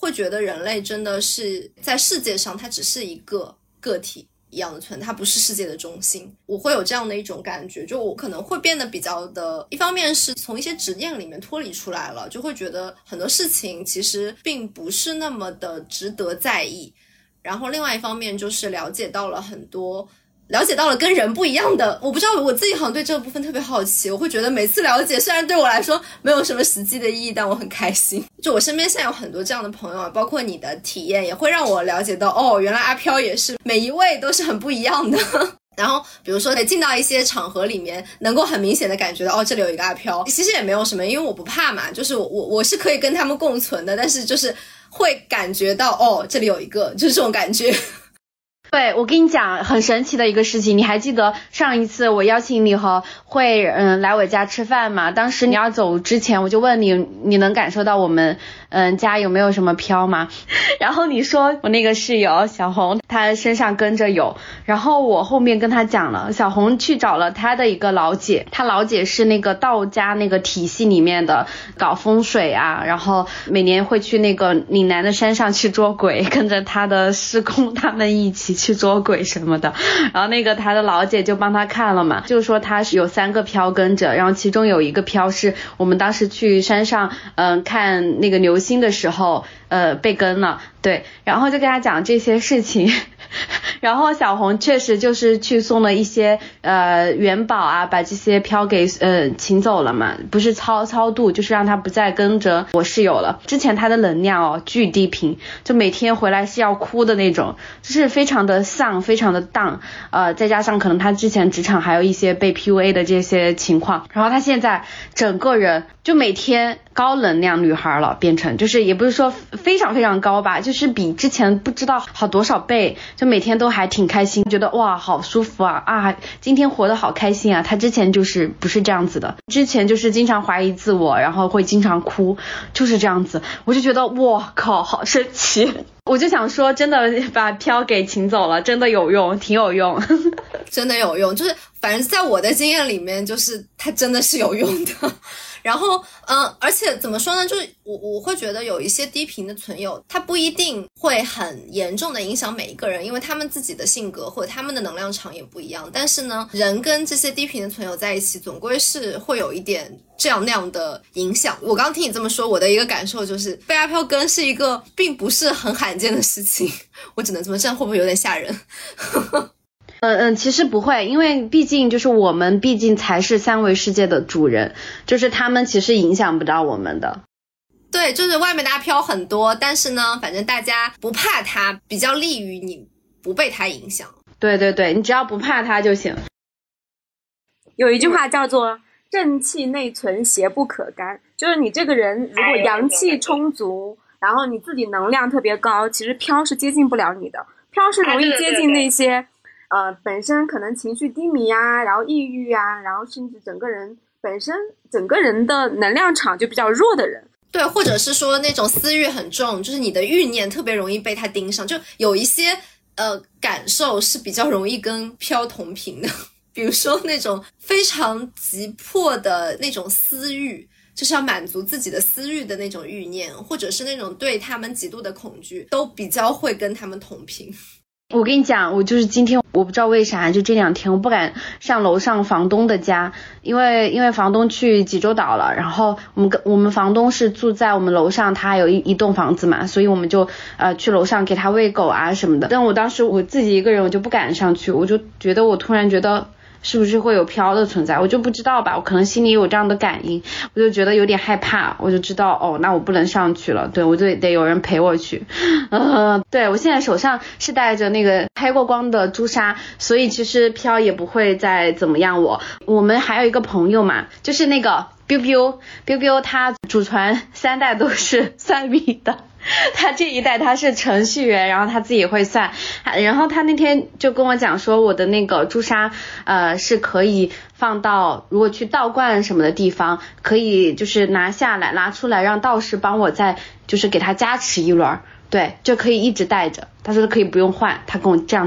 Speaker 3: 会觉得人类真的是在世界上它只是一个个体一样的存在，它不是世界的中心。我会有这样的一种感觉，就我可能会变得比较的，一方面是从一些执念里面脱离出来了，就会觉得很多事情其实并不是那么的值得在意，然后另外一方面就是了解到了很多了解到了跟人不一样的，我不知道我自己好像对这个部分特别好奇，我会觉得每次了解虽然对我来说没有什么实际的意义，但我很开心。就我身边现在有很多这样的朋友啊，包括你的体验也会让我了解到，哦，原来阿飘也是每一位都是很不一样的。然后比如说进到一些场合里面能够很明显的感觉到，哦，这里有一个阿飘，其实也没有什么，因为我不怕嘛，就是我我我是可以跟他们共存的，但是就是会感觉到，哦，这里有一个，就是这种感觉。
Speaker 1: 对，我跟你讲很神奇的一个事情，你还记得上一次我邀请你和慧嗯来我家吃饭吗？当时你要走之前我就问你，你能感受到我们嗯家有没有什么飘吗？然后你说我那个室友小红她身上跟着有，然后我后面跟她讲了，小红去找了她的一个老姐，她老姐是那个道家那个体系里面的搞风水啊，然后每年会去那个岭南的山上去捉鬼，跟着她的师公他们一起去捉鬼什么的，然后那个他的老姐就帮他看了嘛，就是说他是有三个飘跟着，然后其中有一个飘是我们当时去山上嗯、呃、看那个流星的时候呃被跟了，对，然后就跟他讲这些事情。然后小红确实就是去送了一些呃元宝啊，把这些飘给呃请走了嘛，不是超超度，就是让他不再跟着我室友了。之前他的能量哦巨低频，就每天回来是要哭的那种，就是非常的丧，非常的荡，呃再加上可能他之前职场还有一些被 P U A 的这些情况，然后他现在整个人就每天高能量女孩了，变成就是也不是说非常非常高吧，就是比之前不知道好多少倍，就每天都还挺开心，觉得哇好舒服啊啊，今天活得好开心啊。他之前就是不是这样子的，之前就是经常怀疑自我，然后会经常哭，就是这样子。我就觉得哇靠好神奇，我就想说真的把飘给请走了，真的有用，挺有用。
Speaker 3: 真的有用，就是反正在我的经验里面，就是它真的是有用的。然后嗯，而且怎么说呢，就是我我会觉得有一些低频的存有，它不一定会很严重的影响每一个人，因为他们自己的性格或者他们的能量场也不一样，但是呢人跟这些低频的存有在一起，总归是会有一点这样那样的影响。我刚刚听你这么说，我的一个感受就是被阿飘跟是一个并不是很罕见的事情，我只能这么，这样会不会有点吓人？
Speaker 1: 嗯嗯，其实不会，因为毕竟就是我们毕竟才是三维世界的主人，就是他们其实影响不到我们的。
Speaker 3: 对，就是外面的阿飘很多，但是呢反正大家不怕它，比较利于你不被它影响。
Speaker 1: 对对对，你只要不怕它就行。
Speaker 4: 有一句话叫做正气内存，邪不可干，就是你这个人如果阳气充足，然后你自己能量特别高，其实飘是接近不了你的，飘是容易接近那些呃，本身可能情绪低迷啊，然后抑郁啊，然后甚至整个人本身整个人的能量场就比较弱的人。
Speaker 3: 对，或者是说那种私欲很重，就是你的欲念特别容易被他盯上，就有一些呃感受是比较容易跟飘同频的，比如说那种非常急迫的那种私欲，就是要满足自己的私欲的那种欲念，或者是那种对他们极度的恐惧，都比较会跟他们同频。
Speaker 1: 我跟你讲，我就是今天我不知道为啥，就这两天我不敢上楼上房东的家，因为因为房东去济州岛了，然后我们跟我们房东是住在我们楼上，他有一一栋房子嘛，所以我们就呃去楼上给他喂狗啊什么的。但我当时我自己一个人我就不敢上去，我就觉得我突然觉得是不是会有飘的存在，我就不知道吧，我可能心里有这样的感应，我就觉得有点害怕，我就知道哦，那我不能上去了，对，我就得有人陪我去。呃，对，我现在手上是带着那个开过光的朱砂，所以其实飘也不会再怎么样我。我们还有一个朋友嘛，就是那个 biu biu biu biu， 他祖传三代都是算命的。他这一代他是程序员，然后他自己会算，然后他那天就跟我讲说，我的那个朱砂呃是可以放到如果去道观什么的地方，可以就是拿下来拿出来让道士帮我再就是给他加持一轮，对，就可以一直带着，他说可以不用换，他跟我这样讲的。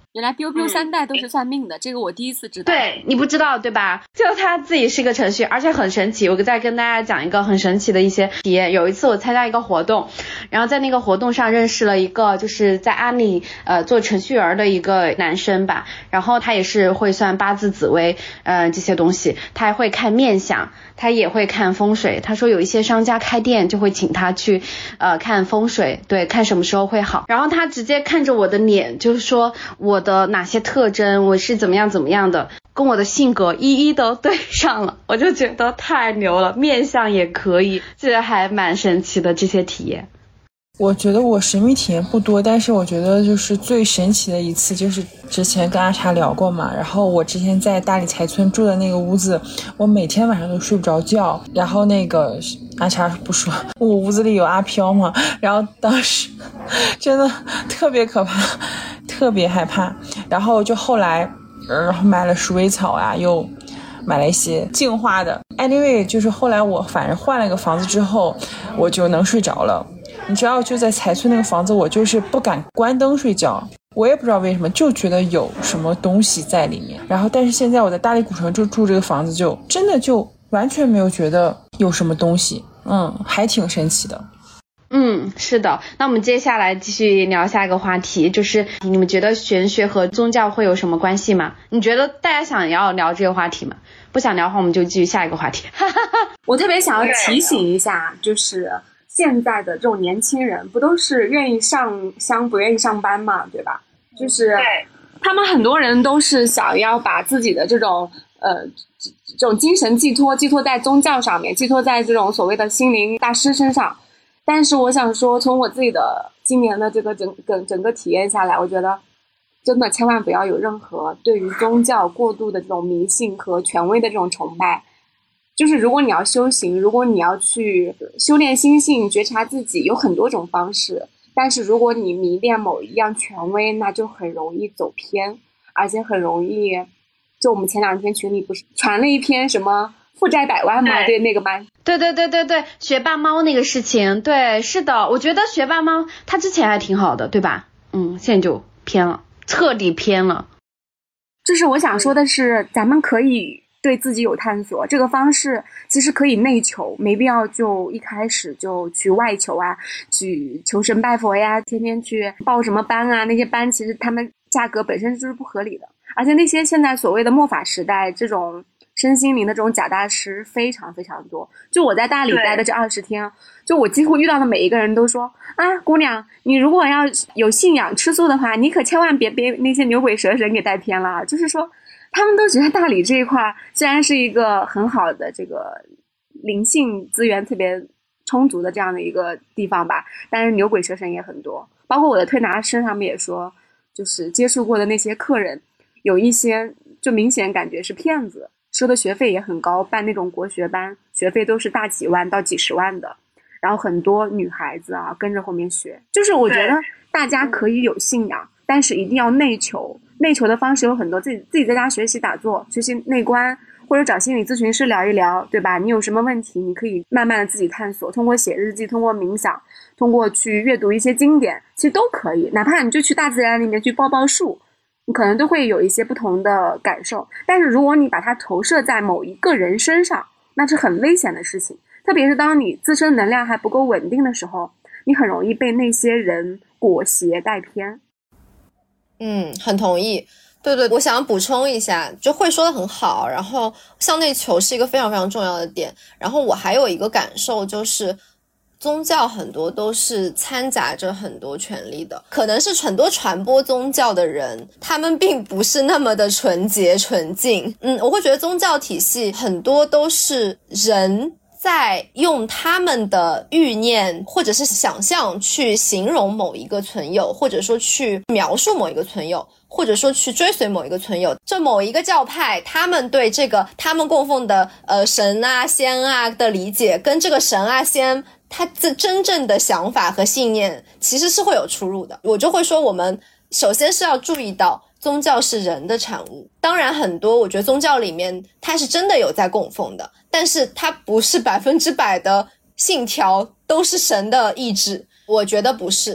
Speaker 4: 原来 biu biu 三代都是算命的、嗯、这个我第一次知道。
Speaker 1: 对，你不知道对吧？就他自己是个程序，而且很神奇。我再跟大家讲一个很神奇的一些体验。有一次我参加一个活动，然后在那个活动上认识了一个就是在阿里呃做程序员的一个男生吧，然后他也是会算八字紫微呃这些东西，他还会看面相，他也会看风水。他说有一些商家开店就会请他去呃看风水，对，看什么时候会好。然后他直接看着我的脸，就是说我的哪些特征，我是怎么样怎么样的，跟我的性格一一都对上了，我就觉得太牛了，面相也可以，这还蛮神奇的这些体验。
Speaker 2: 我觉得我神秘体验不多，但是我觉得就是最神奇的一次就是之前跟阿茶聊过嘛，然后我之前在大理财村住的那个屋子，我每天晚上都睡不着觉，然后那个阿茶不说我屋子里有阿飘嘛，然后当时真的特别可怕，特别害怕，然后就后来然后买了鼠尾草啊，又买了一些净化的 anyway 就是后来我反正换了一个房子之后我就能睡着了。你知道就在财村那个房子，我就是不敢关灯睡觉，我也不知道为什么，就觉得有什么东西在里面。然后但是现在我在大理古城就住这个房子，就真的就完全没有觉得有什么东西，嗯，还挺神奇的。
Speaker 1: 嗯，是的。那我们接下来继续聊下一个话题，就是你们觉得玄学和宗教会有什么关系吗？你觉得大家想要聊这个话题吗？不想聊的话我们就继续下一个话题。
Speaker 4: 我特别想要提醒一下，就是现在的这种年轻人不都是愿意上香不愿意上班嘛，对吧？就是他们很多人都是想要把自己的这种呃这种精神寄托寄托在宗教上面，寄托在这种所谓的心灵大师身上。但是我想说，从我自己的今年的这个整整整个体验下来，我觉得真的千万不要有任何对于宗教过度的这种迷信和权威的这种崇拜。就是如果你要修行，如果你要去修炼心性，觉察自己，有很多种方式，但是如果你迷恋某一样权威，那就很容易走偏，而且很容易，就我们前两天群里不是传了一篇什么负债百万吗？对，那个吗？
Speaker 1: 对对对对对，学霸猫那个事情，对，是的，我觉得学霸猫它之前还挺好的，对吧？嗯，现在就偏了，彻底偏了。
Speaker 4: 就是我想说的是，咱们可以对自己有探索，这个方式其实可以内求，没必要就一开始就去外求啊，去求神拜佛呀，天天去报什么班啊，那些班其实他们价格本身就是不合理的，而且那些现在所谓的末法时代这种身心灵的这种假大师非常非常多。就我在大理待的这二十天，就我几乎遇到的每一个人都说啊，姑娘，你如果要有信仰吃素的话，你可千万别被那些牛鬼蛇神给带偏了。就是说他们都觉得大理这一块虽然是一个很好的这个灵性资源特别充足的这样的一个地方吧，但是牛鬼蛇神也很多。包括我的推拿师他们也说，就是接触过的那些客人有一些就明显感觉是骗子，收的学费也很高，办那种国学班学费都是大几万到几十万的，然后很多女孩子啊跟着后面学。就是我觉得大家可以有信仰，但是一定要内求。内求的方式有很多，自己自己在家学习打坐，学习内观，或者找心理咨询师聊一聊，对吧？你有什么问题你可以慢慢的自己探索，通过写日记，通过冥想，通过去阅读一些经典，其实都可以。哪怕你就去大自然里面去抱抱树，你可能都会有一些不同的感受。但是如果你把它投射在某一个人身上，那是很危险的事情。特别是当你自身能量还不够稳定的时候，你很容易被那些人裹挟带偏。
Speaker 3: 嗯，很同意。对对，我想补充一下，就会说的很好，然后向内求是一个非常非常重要的点。然后我还有一个感受，就是宗教很多都是掺杂着很多权利的，可能是很多传播宗教的人他们并不是那么的纯洁纯净。嗯，我会觉得宗教体系很多都是人在用他们的欲念或者是想象去形容某一个存有，或者说去描述某一个存有，或者说去追随某一个存有。这某一个教派他们对这个他们供奉的呃神啊仙啊的理解，跟这个神啊仙他这真正的想法和信念其实是会有出入的。我就会说，我们首先是要注意到宗教是人的产物，当然很多我觉得宗教里面它是真的有在供奉的，但是它不是百分之百的信条都是神的意志，我觉得不是。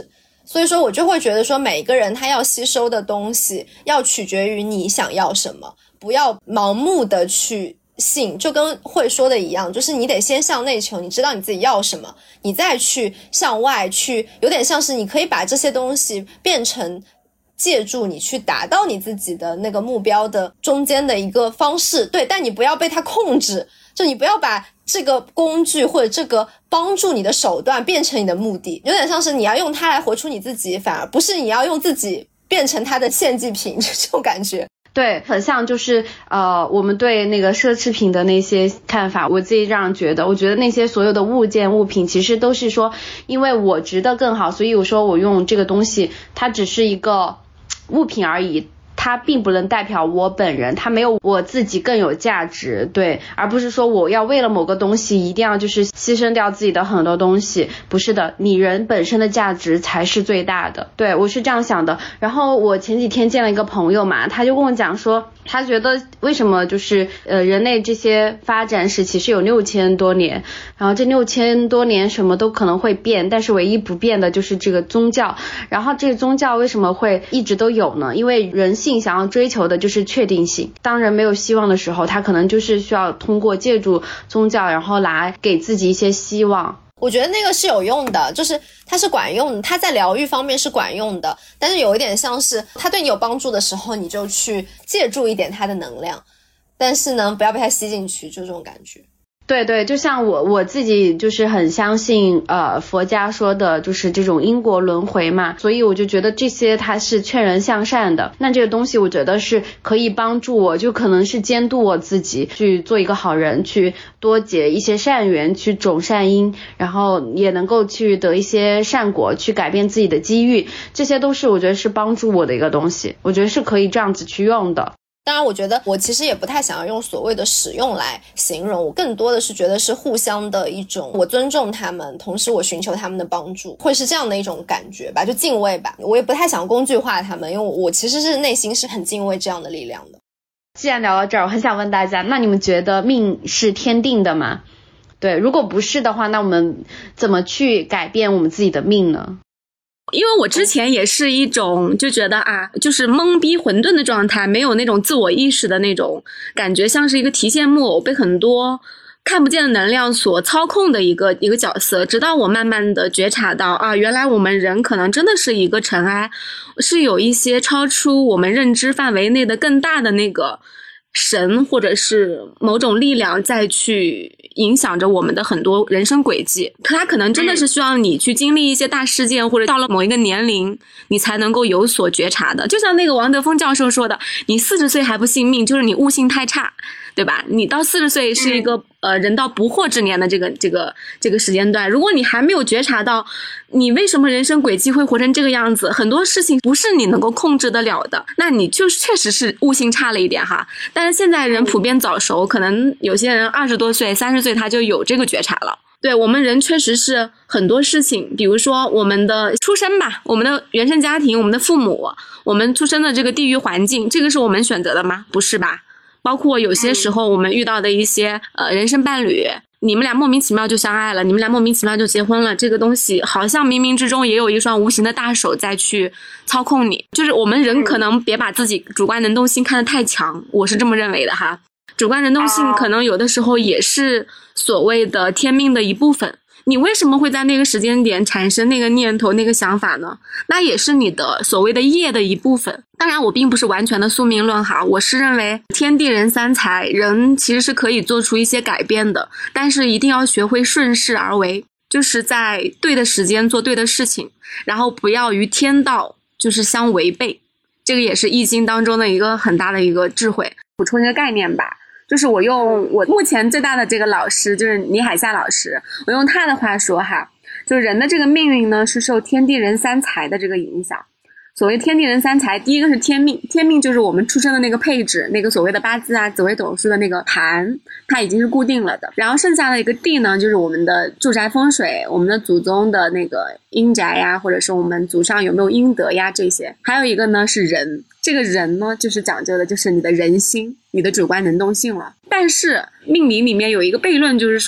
Speaker 3: 所以说我就会觉得说每一个人他要吸收的东西要取决于你想要什么，不要盲目的去信，就跟会说的一样，就是你得先向内求，你知道你自己要什么，你再去向外去，有点像是你可以把这些东西变成借助你去达到你自己的那个目标的中间的一个方式，对，但你不要被它控制，就你不要把这个工具或者这个帮助你的手段变成你的目的，有点像是你要用它来活出你自己，反而不是你要用自己变成它的献祭品，这种感觉。
Speaker 1: 对，很像就是呃，我们对那个奢侈品的那些看法，我自己这样觉得，我觉得那些所有的物件物品其实都是说，因为我值得更好，所以我说我用这个东西，它只是一个物品而已，它并不能代表我本人，它没有我自己更有价值，对，而不是说我要为了某个东西一定要就是牺牲掉自己的很多东西，不是的，你人本身的价值才是最大的，对，我是这样想的。然后我前几天见了一个朋友嘛，他就跟我讲说，他觉得为什么就是呃人类这些发展史其实有六千多年，然后这六千多年什么都可能会变，但是唯一不变的就是这个宗教。然后这个宗教为什么会一直都有呢？因为人性想要追求的就是确定性，当人没有希望的时候，他可能就是需要通过借助宗教然后来给自己一些希望。
Speaker 3: 我觉得那个是有用的，就是它是管用的，它在疗愈方面是管用的，但是有一点像是它对你有帮助的时候，你就去借助一点它的能量，但是呢不要被它吸进去，就这种感觉。
Speaker 1: 对对，就像我我自己就是很相信呃佛家说的就是这种因果轮回嘛，所以我就觉得这些它是劝人向善的，那这个东西我觉得是可以帮助我，就可能是监督我自己去做一个好人，去多结一些善缘，去种善因，然后也能够去得一些善果，去改变自己的机遇，这些都是我觉得是帮助我的一个东西，我觉得是可以这样子去用的。
Speaker 3: 当然我觉得我其实也不太想要用所谓的使用来形容，我更多的是觉得是互相的一种，我尊重他们，同时我寻求他们的帮助，会是这样的一种感觉吧，就敬畏吧。我也不太想工具化他们，因为我其实是内心是很敬畏这样的力量的。
Speaker 1: 既然聊到这儿，我很想问大家，那你们觉得命是天定的吗？对，如果不是的话，那我们怎么去改变我们自己的命呢？
Speaker 4: 因为我之前也是一种就觉得啊，就是懵逼混沌的状态，没有那种自我意识的那种感觉，像是一个提线木偶被很多看不见的能量所操控的一个一个角色。直到我慢慢的觉察到啊，原来我们人可能真的是一个尘埃，是有一些超出我们认知范围内的更大的那个神或者是某种力量再去影响着我们的很多人生轨迹，它可能真的是需要你去经历一些大事件，或者到了某一个年龄你才能够有所觉察的。就像那个王德峰教授说的，你四十岁还不信命，就是你悟性太差，对吧？你到四十岁是一个、嗯、呃人到不惑之年的这个这个这个时间段，如果你还没有觉察到你为什么人生轨迹会活成这个样子，很多事情不是你能够控制得了的，那你就确实是悟性差了一点哈。但是现在人普遍早熟，可能有些人二十多岁三十岁他就有这个觉察了。对，我们人确实是很多事情，比如说我们的出身吧，我们的原生家庭，我们的父母，我们出生的这个地域环境，这个是我们选择的吗？不是吧。包括有些时候我们遇到的一些呃人生伴侣，你们俩莫名其妙就相爱了，你们俩莫名其妙就结婚了，这个东西好像冥冥之中也有一双无形的大手在去操控你。就是我们人可能别把自己主观能动性看得太强，我是这么认为的哈。主观能动性可能有的时候也是所谓的天命的一部分，你为什么会在那个时间点产生那个念头那个想法呢？那也是你的所谓的业的一部分。当然我并不是完全的宿命论哈，我是认为天地人三才，人其实是可以做出一些改变的，但是一定要学会顺势而为，就是在对的时间做对的事情，然后不要与天道就是相违背。这个也是易经当中的一个很大的一个智慧。补充一个概念吧，就是我用我目前最大的这个老师就是倪海夏老师，我用他的话说哈，就是人的这个命运呢是受天地人三才的这个影响。所谓天地人三才，第一个是天命，天命就是我们出生的那个配置，那个所谓的八字啊紫微斗数的那个盘，它已经是固定了的。然后剩下的一个地呢，就是我们的住宅风水，我们的祖宗的那个阴宅呀，或者是我们祖上有没有阴德呀这些。还有一个呢是人，这个人呢就是讲究的就是你的人心，你的主观能动性了。但是命理里面有一个悖论，就是说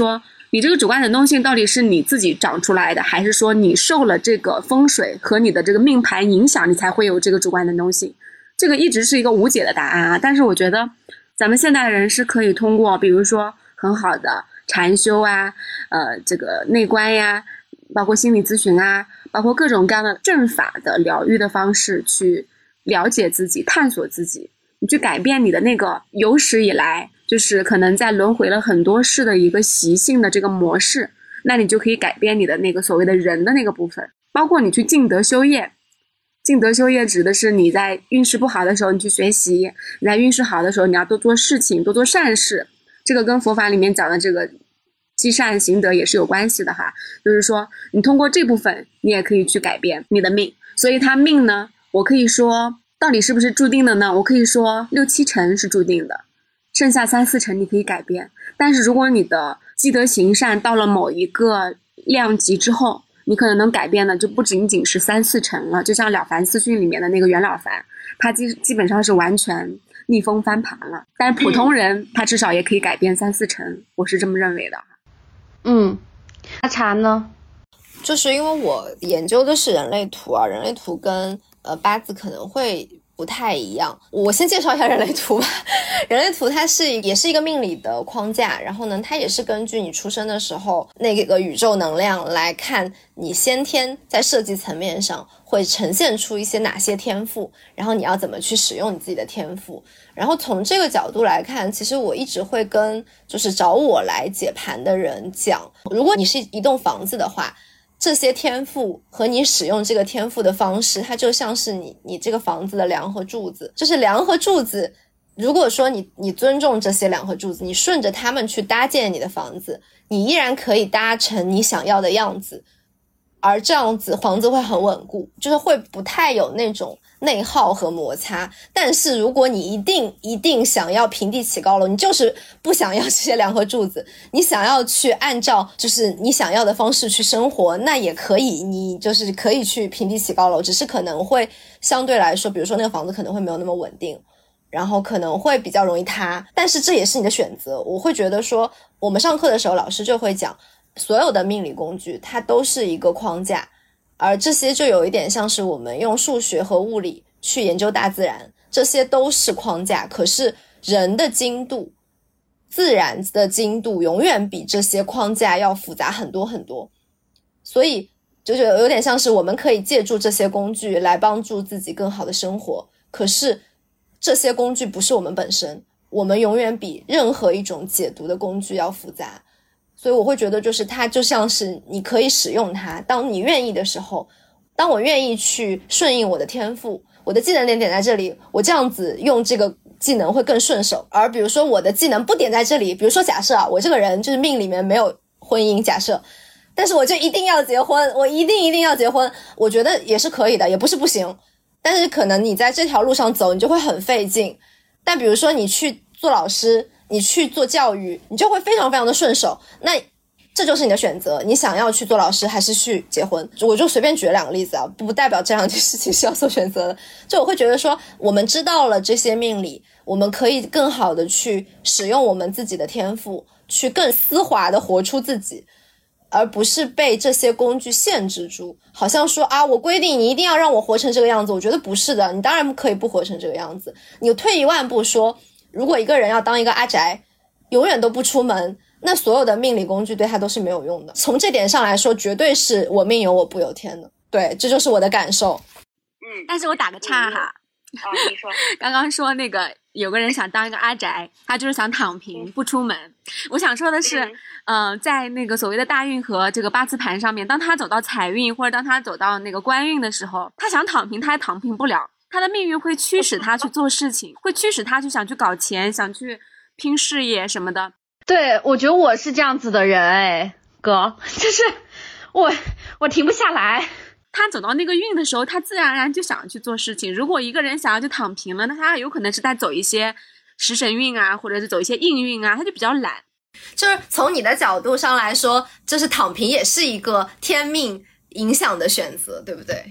Speaker 4: 你这个主观能动性到底是你自己长出来的，还是说你受了这个风水和你的这个命盘影响，你才会有这个主观能动性？这个一直是一个无解的答案啊。但是我觉得咱们现代人是可以通过比如说很好的禅修啊，呃，这个内观呀，包括心理咨询啊，包括各种各样的正法的疗愈的方式去了解自己，探索自己，你去改变你的那个有史以来就是可能在轮回了很多世的一个习性的这个模式，那你就可以改变你的那个所谓的人的那个部分。包括你去静德修业，静德修业指的是你在运势不好的时候你去学习，你在运势好的时候你要多做事情，多做善事，这个跟佛法里面讲的这个积善行德也是有关系的哈。就是说你通过这部分你也可以去改变你的命。所以他命呢，我可以说到底是不是注定的呢？我可以说六七成是注定的，剩下三四成你可以改变。但是如果你的积德行善到了某一个量级之后，你可能能改变的就不仅仅是三四成了。就像了凡四训里面的那个袁了凡，他基基本上是完全逆风翻盘了。但是普通人他至少也可以改变三四成，我是这么认为的。
Speaker 1: 嗯，阿茶呢？
Speaker 3: 就是因为我研究的是人类图啊，人类图跟呃八字可能会不太一样。我先介绍一下人类图吧。人类图它是也是一个命理的框架，然后呢它也是根据你出生的时候那个宇宙能量来看你先天在设计层面上会呈现出一些哪些天赋，然后你要怎么去使用你自己的天赋。然后从这个角度来看，其实我一直会跟就是找我来解盘的人讲，如果你是一栋房子的话，这些天赋和你使用这个天赋的方式，它就像是你你这个房子的梁和柱子。就是梁和柱子，如果说你你尊重这些梁和柱子，你顺着他们去搭建你的房子，你依然可以搭成你想要的样子，而这样子房子会很稳固，就是会不太有那种内耗和摩擦。但是如果你一定一定想要平地起高楼，你就是不想要这些梁和柱子，你想要去按照就是你想要的方式去生活，那也可以，你就是可以去平地起高楼，只是可能会相对来说，比如说那个房子可能会没有那么稳定，然后可能会比较容易塌，但是这也是你的选择。我会觉得说，我们上课的时候老师就会讲，所有的命理工具它都是一个框架，而这些就有一点像是我们用数学和物理去研究大自然，这些都是框架。可是人的精度，自然的精度永远比这些框架要复杂很多很多。所以就是有点像是我们可以借助这些工具来帮助自己更好的生活，可是这些工具不是我们本身，我们永远比任何一种解读的工具要复杂。所以我会觉得就是它就像是你可以使用它，当你愿意的时候，当我愿意去顺应我的天赋，我的技能点点在这里，我这样子用这个技能会更顺手。而比如说我的技能不点在这里，比如说假设啊，我这个人就是命里面没有婚姻，假设，但是我就一定要结婚，我一定一定要结婚，我觉得也是可以的，也不是不行。但是可能你在这条路上走，你就会很费劲。但比如说你去做老师，你去做教育，你就会非常非常的顺手。那这就是你的选择，你想要去做老师还是去结婚。我就随便举了两个例子啊，不代表这样的事情是要做选择的。就我会觉得说，我们知道了这些命理，我们可以更好的去使用我们自己的天赋，去更丝滑的活出自己，而不是被这些工具限制住。好像说啊，我规定你一定要让我活成这个样子，我觉得不是的，你当然可以不活成这个样子。你退一万步说，如果一个人要当一个阿宅，永远都不出门，那所有的命理工具对他都是没有用的。从这点上来说，绝对是我命由我不由天的。对，这就是我的感受。
Speaker 4: 嗯，但是我打个岔哈。
Speaker 5: 啊，你说。
Speaker 4: 刚刚说那个有个人想当一个阿宅，他就是想躺平不出门。我想说的是，嗯、呃，在那个所谓的大运和这个八字盘上面，当他走到财运或者当他走到那个官运的时候，他想躺平他也躺平不了，他的命运会驱使他去做事情，会驱使他去想去搞钱，想去拼事业什么的。
Speaker 1: 对，我觉得我是这样子的人，哎，哥，就是我我停不下来。
Speaker 4: 他走到那个运的时候，他自然而然就想要去做事情。如果一个人想要去躺平了，那他有可能是在走一些食神运啊，或者是走一些硬运啊，他就比较懒。
Speaker 3: 就是从你的角度上来说，就是躺平也是一个天命影响的选择，对不对？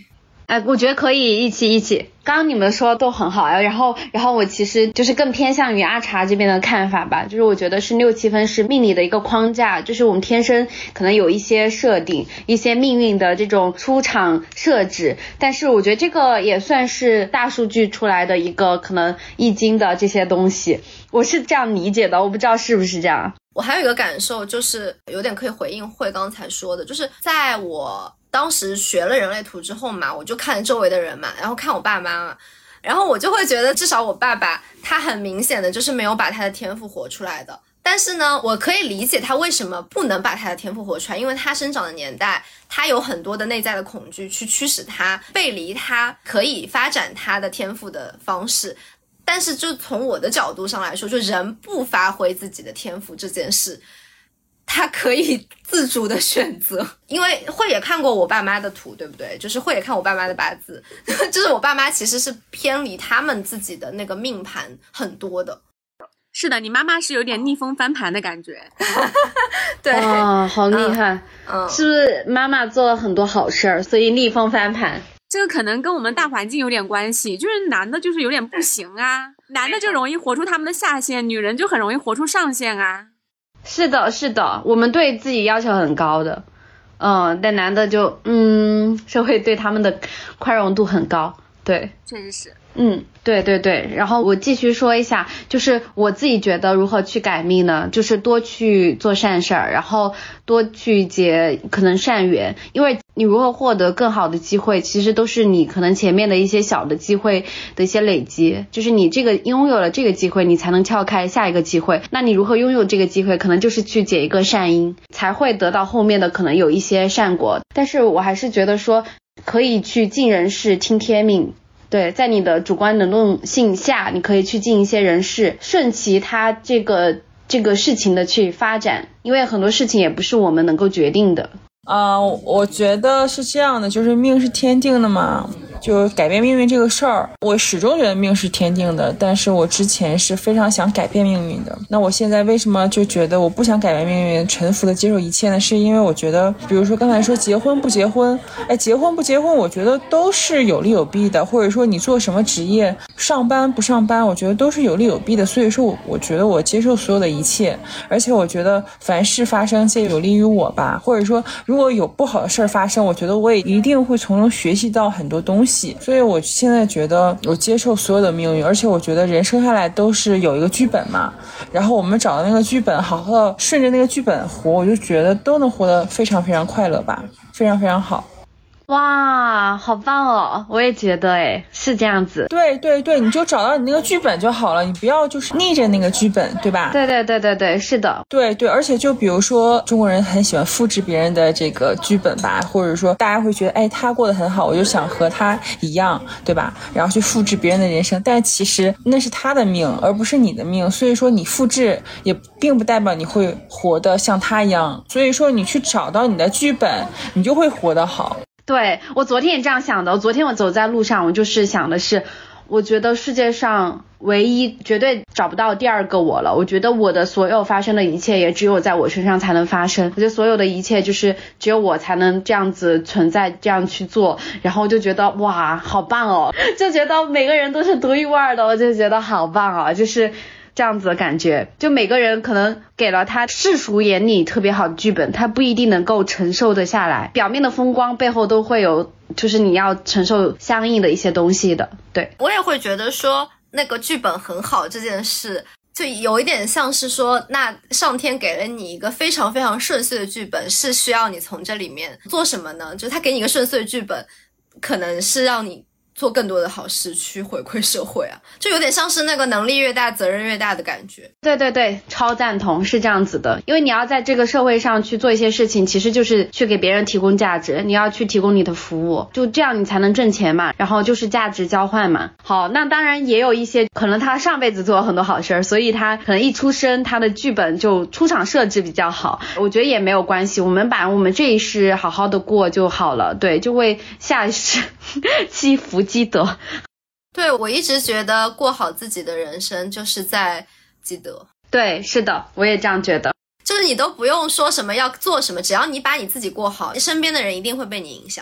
Speaker 1: 哎，我觉得可以一起一起。刚刚你们说都很好，然后然后我其实就是更偏向于阿茶这边的看法吧，就是我觉得是六七分是命理的一个框架，就是我们天生可能有一些设定，一些命运的这种出场设置，但是我觉得这个也算是大数据出来的一个可能易经的这些东西，我是这样理解的，我不知道是不是这样。
Speaker 3: 我还有一个感受，就是有点可以回应慧刚才说的，就是在我当时学了人类图之后嘛，我就看周围的人嘛，然后看我爸妈嘛，然后我就会觉得至少我爸爸他很明显的就是没有把他的天赋活出来的，但是呢我可以理解他为什么不能把他的天赋活出来，因为他生长的年代他有很多的内在的恐惧去驱使他背离他可以发展他的天赋的方式。但是就从我的角度上来说，就人不发挥自己的天赋这件事他可以自主的选择。因为慧也看过我爸妈的图对不对，就是慧也看我爸妈的八字就是我爸妈其实是偏离他们自己的那个命盘很多的。
Speaker 4: 是的，你妈妈是有点逆风翻盘的感觉
Speaker 3: 对，
Speaker 1: 哇，好厉害、
Speaker 3: 嗯嗯、
Speaker 1: 是不是妈妈做了很多好事儿，所以逆风翻盘？
Speaker 4: 这个可能跟我们大环境有点关系，就是男的就是有点不行啊，男的就容易活出他们的下限，女人就很容易活出上限啊。
Speaker 1: 是的是的，我们对自己要求很高的，嗯，但男的就嗯，社会对他们的宽容度很高。对，
Speaker 4: 确实是。
Speaker 1: 嗯，对对对，然后我继续说一下，就是我自己觉得如何去改命呢，就是多去做善事儿，然后多去结可能善缘，因为你如何获得更好的机会，其实都是你可能前面的一些小的机会的一些累积，就是你这个拥有了这个机会，你才能撬开下一个机会，那你如何拥有这个机会，可能就是去结一个善因，才会得到后面的可能有一些善果。但是我还是觉得说可以去尽人事听天命，对，在你的主观能动性下，你可以去尽一些人事，顺其他这个这个事情的去发展，因为很多事情也不是我们能够决定的。
Speaker 2: 啊、呃，我觉得是这样的，就是命是天定的嘛，就改变命运这个事儿，我始终觉得命是天定的，但是我之前是非常想改变命运的。那我现在为什么就觉得我不想改变命运，臣服的接受一切呢？是因为我觉得，比如说刚才说结婚不结婚，哎，结婚不结婚，我觉得都是有利有弊的，或者说你做什么职业，上班不上班，我觉得都是有利有弊的。所以说我，我觉得我接受所有的一切，而且我觉得凡事发生皆有利于我吧，或者说如果有不好的事儿发生，我觉得我也一定会从中学习到很多东西。所以我现在觉得我接受所有的命运，而且我觉得人生下来都是有一个剧本嘛，然后我们找到那个剧本，好好顺着那个剧本活，我就觉得都能活得非常非常快乐吧，非常非常好。
Speaker 1: 哇，好棒哦！我也觉得诶，是这样子。
Speaker 2: 对对对，你就找到你那个剧本就好了，你不要就是逆着那个剧本，对吧？
Speaker 1: 对对对对对，是的。
Speaker 2: 对对，而且就比如说中国人很喜欢复制别人的这个剧本吧，或者说大家会觉得哎他过得很好，我就想和他一样，对吧？然后去复制别人的人生，但其实那是他的命，而不是你的命，所以说你复制也并不代表你会活得像他一样，所以说你去找到你的剧本，你就会活得好。
Speaker 1: 对，我昨天也这样想的，我昨天我走在路上，我就是想的是，我觉得世界上唯一绝对找不到第二个我了，我觉得我的所有发生的一切也只有在我身上才能发生，我觉得所有的一切就是只有我才能这样子存在，这样去做，然后就觉得哇好棒哦，就觉得每个人都是独一无二的，我就觉得好棒啊，就是这样子的感觉，就每个人可能给了他世俗眼里特别好的剧本，他不一定能够承受得下来，表面的风光背后都会有就是你要承受相应的一些东西的。对，
Speaker 3: 我也会觉得说那个剧本很好这件事就有一点像是说，那上天给了你一个非常非常顺遂的剧本，是需要你从这里面做什么呢？就他给你一个顺遂的剧本，可能是让你做更多的好事去回馈社会啊，就有点像是那个能力越大责任越大的感觉。
Speaker 1: 对对对，超赞同，是这样子的，因为你要在这个社会上去做一些事情，其实就是去给别人提供价值，你要去提供你的服务，就这样你才能挣钱嘛，然后就是价值交换嘛。好，那当然也有一些可能他上辈子做了很多好事，所以他可能一出生他的剧本就出场设置比较好，我觉得也没有关系，我们把我们这一世好好的过就好了，对，就为下一世积福积德。
Speaker 3: 对，我一直觉得过好自己的人生就是在积德。
Speaker 1: 对，是的，我也这样觉得，
Speaker 3: 就是你都不用说什么要做什么，只要你把你自己过好，身边的人一定会被你影响。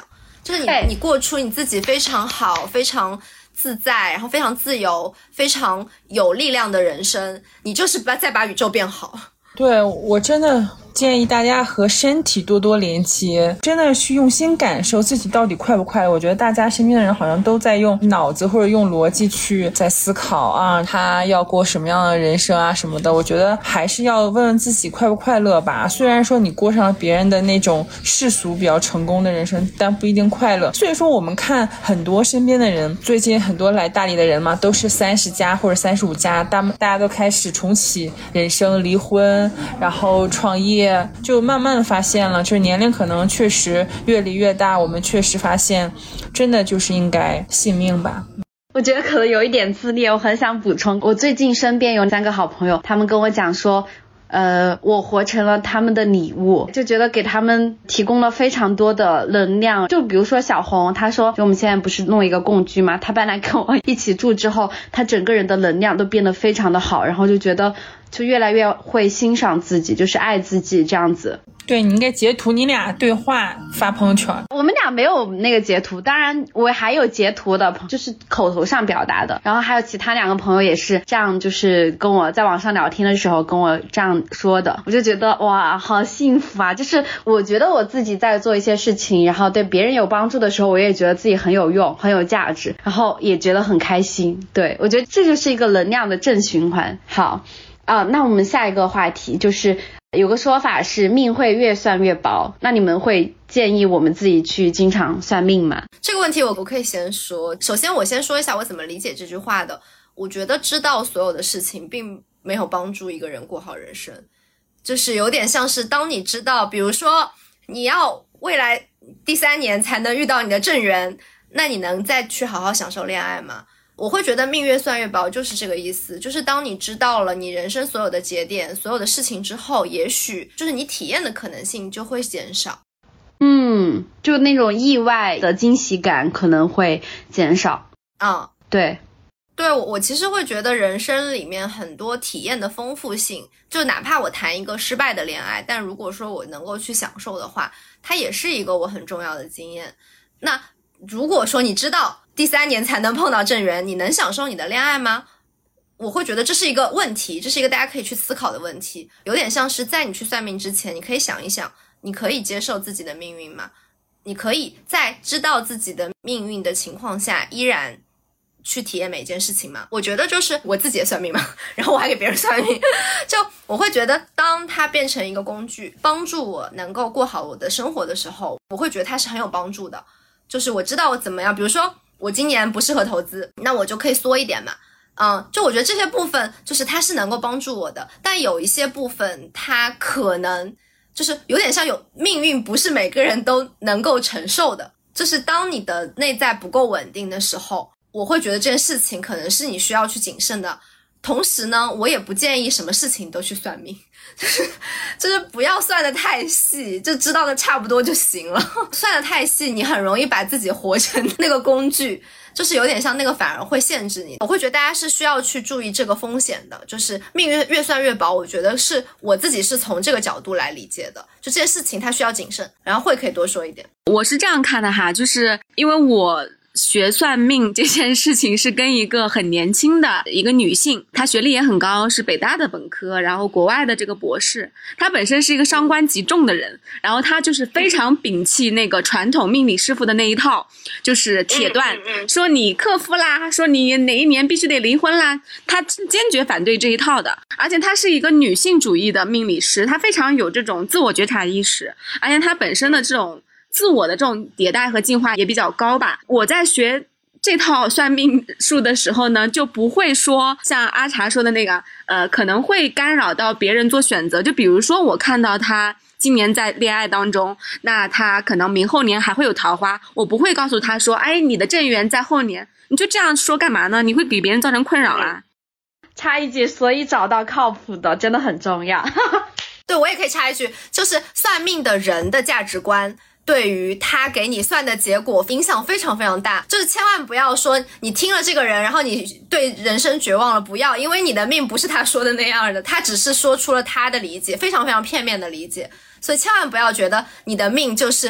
Speaker 3: 就是你你过出你自己非常好非常自在然后非常自由非常有力量的人生，你就是把再把宇宙变好。
Speaker 2: 对，我真的建议大家和身体多多连接，真的去用心感受自己到底快不快乐。我觉得大家身边的人好像都在用脑子或者用逻辑去在思考啊，他要过什么样的人生啊什么的。我觉得还是要问问自己快不快乐吧。虽然说你过上了别人的那种世俗比较成功的人生，但不一定快乐。所以说我们看很多身边的人，最近很多来大理的人嘛，都是三十加或者三十五加，大大家都开始重启人生，离婚，然后创业，就慢慢的发现了，就是年龄可能确实越离越大，我们确实发现真的就是应该信命吧。
Speaker 1: 我觉得可能有一点自恋，我很想补充，我最近身边有三个好朋友，他们跟我讲说呃，我活成了他们的礼物，就觉得给他们提供了非常多的能量。就比如说小红，她说就我们现在不是弄一个共居嘛，她搬来跟我一起住之后，她整个人的能量都变得非常的好，然后就觉得就越来越会欣赏自己，就是爱自己这样子。
Speaker 2: 对，你应该截图你俩对话发朋友圈。
Speaker 1: 我们俩没有那个截图，当然我还有截图的，就是口头上表达的。然后还有其他两个朋友也是这样，就是跟我在网上聊天的时候跟我这样说的，我就觉得哇，好幸福啊！就是我觉得我自己在做一些事情，然后对别人有帮助的时候，我也觉得自己很有用，很有价值，然后也觉得很开心。对，我觉得这就是一个能量的正循环。好啊，那我们下一个话题就是有个说法是命会越算越薄，那你们会建议我们自己去经常算命吗？
Speaker 3: 这个问题我我可以先说，首先我先说一下我怎么理解这句话的。我觉得知道所有的事情并没有帮助一个人过好人生，就是有点像是当你知道比如说你要未来第三年才能遇到你的正缘，那你能再去好好享受恋爱吗？我会觉得命越算越薄就是这个意思，就是当你知道了你人生所有的节点所有的事情之后，也许就是你体验的可能性就会减少。
Speaker 1: 嗯，就那种意外的惊喜感可能会减少。
Speaker 3: 嗯，
Speaker 1: 对
Speaker 3: 对，我我其实会觉得人生里面很多体验的丰富性，就哪怕我谈一个失败的恋爱，但如果说我能够去享受的话，它也是一个我很重要的经验。那如果说你知道第三年才能碰到正缘，你能享受你的恋爱吗？我会觉得这是一个问题，这是一个大家可以去思考的问题。有点像是在你去算命之前，你可以想一想，你可以接受自己的命运吗？你可以在知道自己的命运的情况下依然去体验每一件事情吗？我觉得就是我自己也算命嘛，然后我还给别人算命，就我会觉得当它变成一个工具帮助我能够过好我的生活的时候，我会觉得它是很有帮助的。就是我知道我怎么样，比如说我今年不适合投资，那我就可以缩一点嘛。嗯，就我觉得这些部分就是它是能够帮助我的，但有一些部分它可能就是有点像有命运不是每个人都能够承受的，就是当你的内在不够稳定的时候，我会觉得这件事情可能是你需要去谨慎的。同时呢，我也不建议什么事情都去算命，就是就是不要算得太细，就知道的差不多就行了。算得太细，你很容易把自己活成那个工具，就是有点像那个反而会限制你。我会觉得大家是需要去注意这个风险的，就是命运越算越薄，我觉得是我自己是从这个角度来理解的，就这件事情它需要谨慎。然后会可以多说一点。
Speaker 4: 我是这样看的哈，就是因为我学算命这件事情是跟一个很年轻的一个女性，她学历也很高，是北大的本科，然后国外的这个博士，她本身是一个伤官极重的人，然后她就是非常摒弃那个传统命理师傅的那一套，就是铁断，说你克夫啦，说你哪一年必须得离婚啦，她坚决反对这一套的。而且她是一个女性主义的命理师，她非常有这种自我觉察意识，而且她本身的这种自我的这种迭代和进化也比较高吧。我在学这套算命术的时候呢，就不会说像阿茶说的那个呃，可能会干扰到别人做选择。就比如说我看到他今年在恋爱当中，那他可能明后年还会有桃花，我不会告诉他说哎，你的正缘在后年，你就这样说干嘛呢？你会给别人造成困扰啊。
Speaker 1: 插一句，所以找到靠谱的真的很重要。
Speaker 3: 对，我也可以插一句，就是算命的人的价值观对于他给你算的结果影响非常非常大，就是千万不要说你听了这个人然后你对人生绝望了，不要，因为你的命不是他说的那样的，他只是说出了他的理解，非常非常片面的理解，所以千万不要觉得你的命就是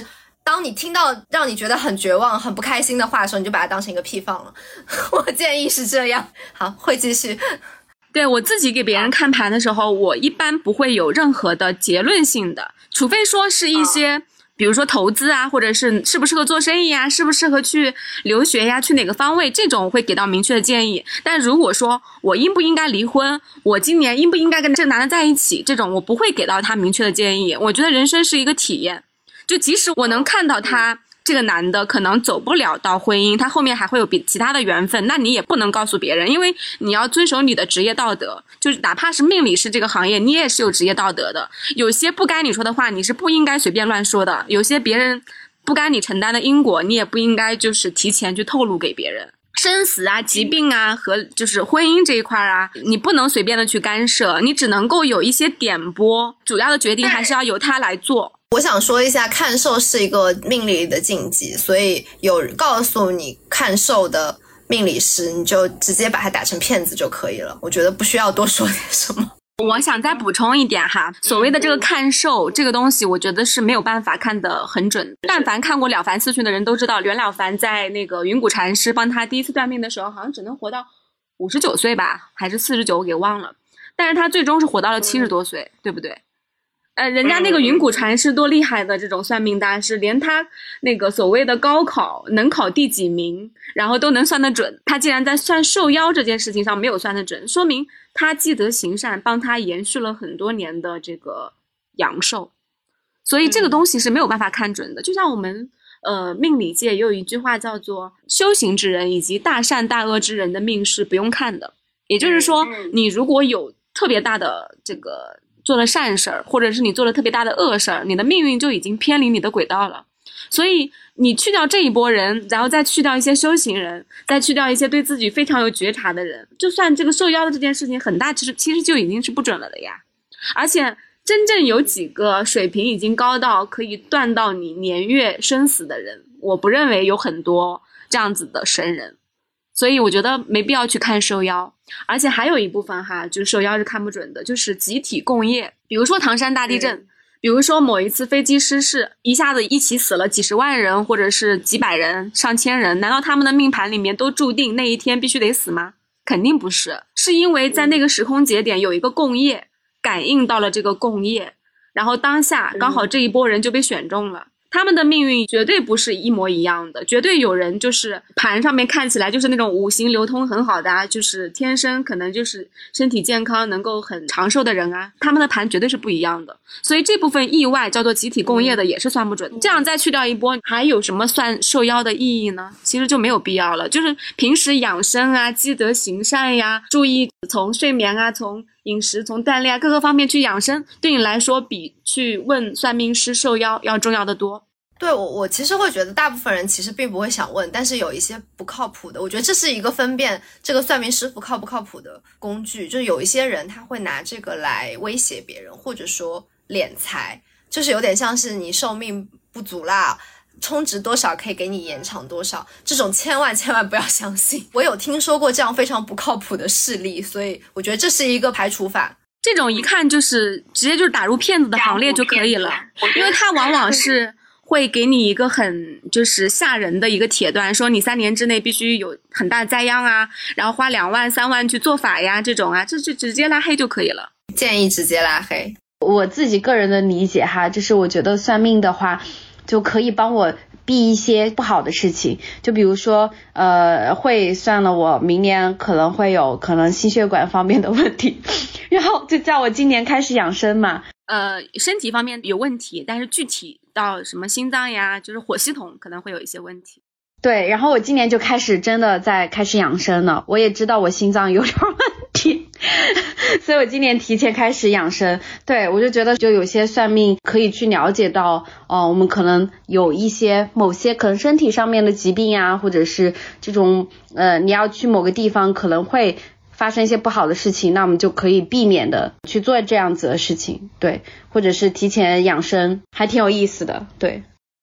Speaker 3: 当你听到让你觉得很绝望很不开心的话的时候，你就把它当成一个屁放了。我建议是这样。好，会继续。
Speaker 4: 对，我自己给别人看盘的时候，我一般不会有任何的结论性的，除非说是一些比如说投资啊，或者是适不适合做生意啊，适不适合去留学呀，去哪个方位，这种我会给到明确的建议。但如果说我应不应该离婚，我今年应不应该跟这个男的在一起，这种我不会给到他明确的建议。我觉得人生是一个体验，就即使我能看到他这个男的可能走不了到婚姻，他后面还会有比其他的缘分，那你也不能告诉别人，因为你要遵守你的职业道德，就是哪怕是命理师这个行业，你也是有职业道德的，有些不该你说的话你是不应该随便乱说的，有些别人不该你承担的因果你也不应该就是提前去透露给别人。生死啊，疾病啊，和就是婚姻这一块啊，你不能随便的去干涉，你只能够有一些点拨，主要的决定还是要由他来做。
Speaker 3: 我想说一下，看寿是一个命理的禁忌，所以有告诉你看寿的命理师，你就直接把它打成骗子就可以了，我觉得不需要多说点什么。
Speaker 4: 我想再补充一点哈，所谓的这个看寿这个东西，我觉得是没有办法看得很准。但凡看过了凡四训的人都知道，袁了凡在那个云谷禅师帮他第一次断命的时候，好像只能活到五十九岁吧，还是四十九，我给忘了。但是他最终是活到了七十多岁，对不对？呃，人家那个云谷禅师多厉害的这种算命大师，连他那个所谓的高考能考第几名，然后都能算得准。他既然在算寿夭这件事情上没有算得准，说明他积德行善，帮他延续了很多年的这个阳寿。所以这个东西是没有办法看准的。就像我们呃命理界也有一句话叫做修行之人以及大善大恶之人的命是不用看的。也就是说，你如果有特别大的这个做了善事儿，或者是你做了特别大的恶事儿，你的命运就已经偏离你的轨道了。所以你去掉这一波人，然后再去掉一些修行人，再去掉一些对自己非常有觉察的人，就算这个受邀的这件事情很大，其实其实就已经是不准了的呀。而且真正有几个水平已经高到可以断到你年月生死的人，我不认为有很多这样子的神人。所以我觉得没必要去看受邀。而且还有一部分哈，就是受邀是看不准的，就是集体共业。比如说唐山大地震、嗯、比如说某一次飞机失事，一下子一起死了几十万人，或者是几百人上千人，难道他们的命盘里面都注定那一天必须得死吗？肯定不是，是因为在那个时空节点有一个共业，感应到了这个共业，然后当下刚好这一波人就被选中了。他们的命运绝对不是一模一样的，绝对有人就是盘上面看起来就是那种五行流通很好的啊，就是天生可能就是身体健康能够很长寿的人啊，他们的盘绝对是不一样的。所以这部分意外叫做集体共业的也是算不准。这样再去掉一波，还有什么算受邀的意义呢？其实就没有必要了。就是平时养生啊，积德行善呀，注意从睡眠啊，从饮食，从锻炼各个方面去养生，对你来说比去问算命师受邀要重要的多。
Speaker 3: 对，我我其实会觉得大部分人其实并不会想问，但是有一些不靠谱的，我觉得这是一个分辨这个算命师傅靠不靠谱的工具。就是有一些人他会拿这个来威胁别人，或者说敛财，就是有点像是你寿命不足啦，充值多少可以给你延长多少，这种千万千万不要相信。我有听说过这样非常不靠谱的事例，所以我觉得这是一个排除法。
Speaker 4: 这种一看就是直接就是打入骗子的行列就可以了，因为他往往是会给你一个很就是吓人的一个铁段，说你三年之内必须有很大的灾殃啊，然后花两万三万去做法呀，这种啊，这就直接拉黑就可以了。
Speaker 3: 建议直接拉黑。
Speaker 1: 我自己个人的理解哈，就是我觉得算命的话就可以帮我避一些不好的事情，就比如说呃，会算了我明年可能会有可能心血管方面的问题，然后就叫我今年开始养生嘛。
Speaker 4: 呃，身体方面有问题，但是具体到什么心脏呀，就是火系统可能会有一些问题。
Speaker 1: 对，然后我今年就开始真的在开始养生了，我也知道我心脏有点问题所以我今年提前开始养生。对，我就觉得就有些算命可以去了解到哦、呃，我们可能有一些某些可能身体上面的疾病啊，或者是这种呃你要去某个地方可能会发生一些不好的事情，那我们就可以避免的去做这样子的事情。对，或者是提前养生，还挺有意思的。对，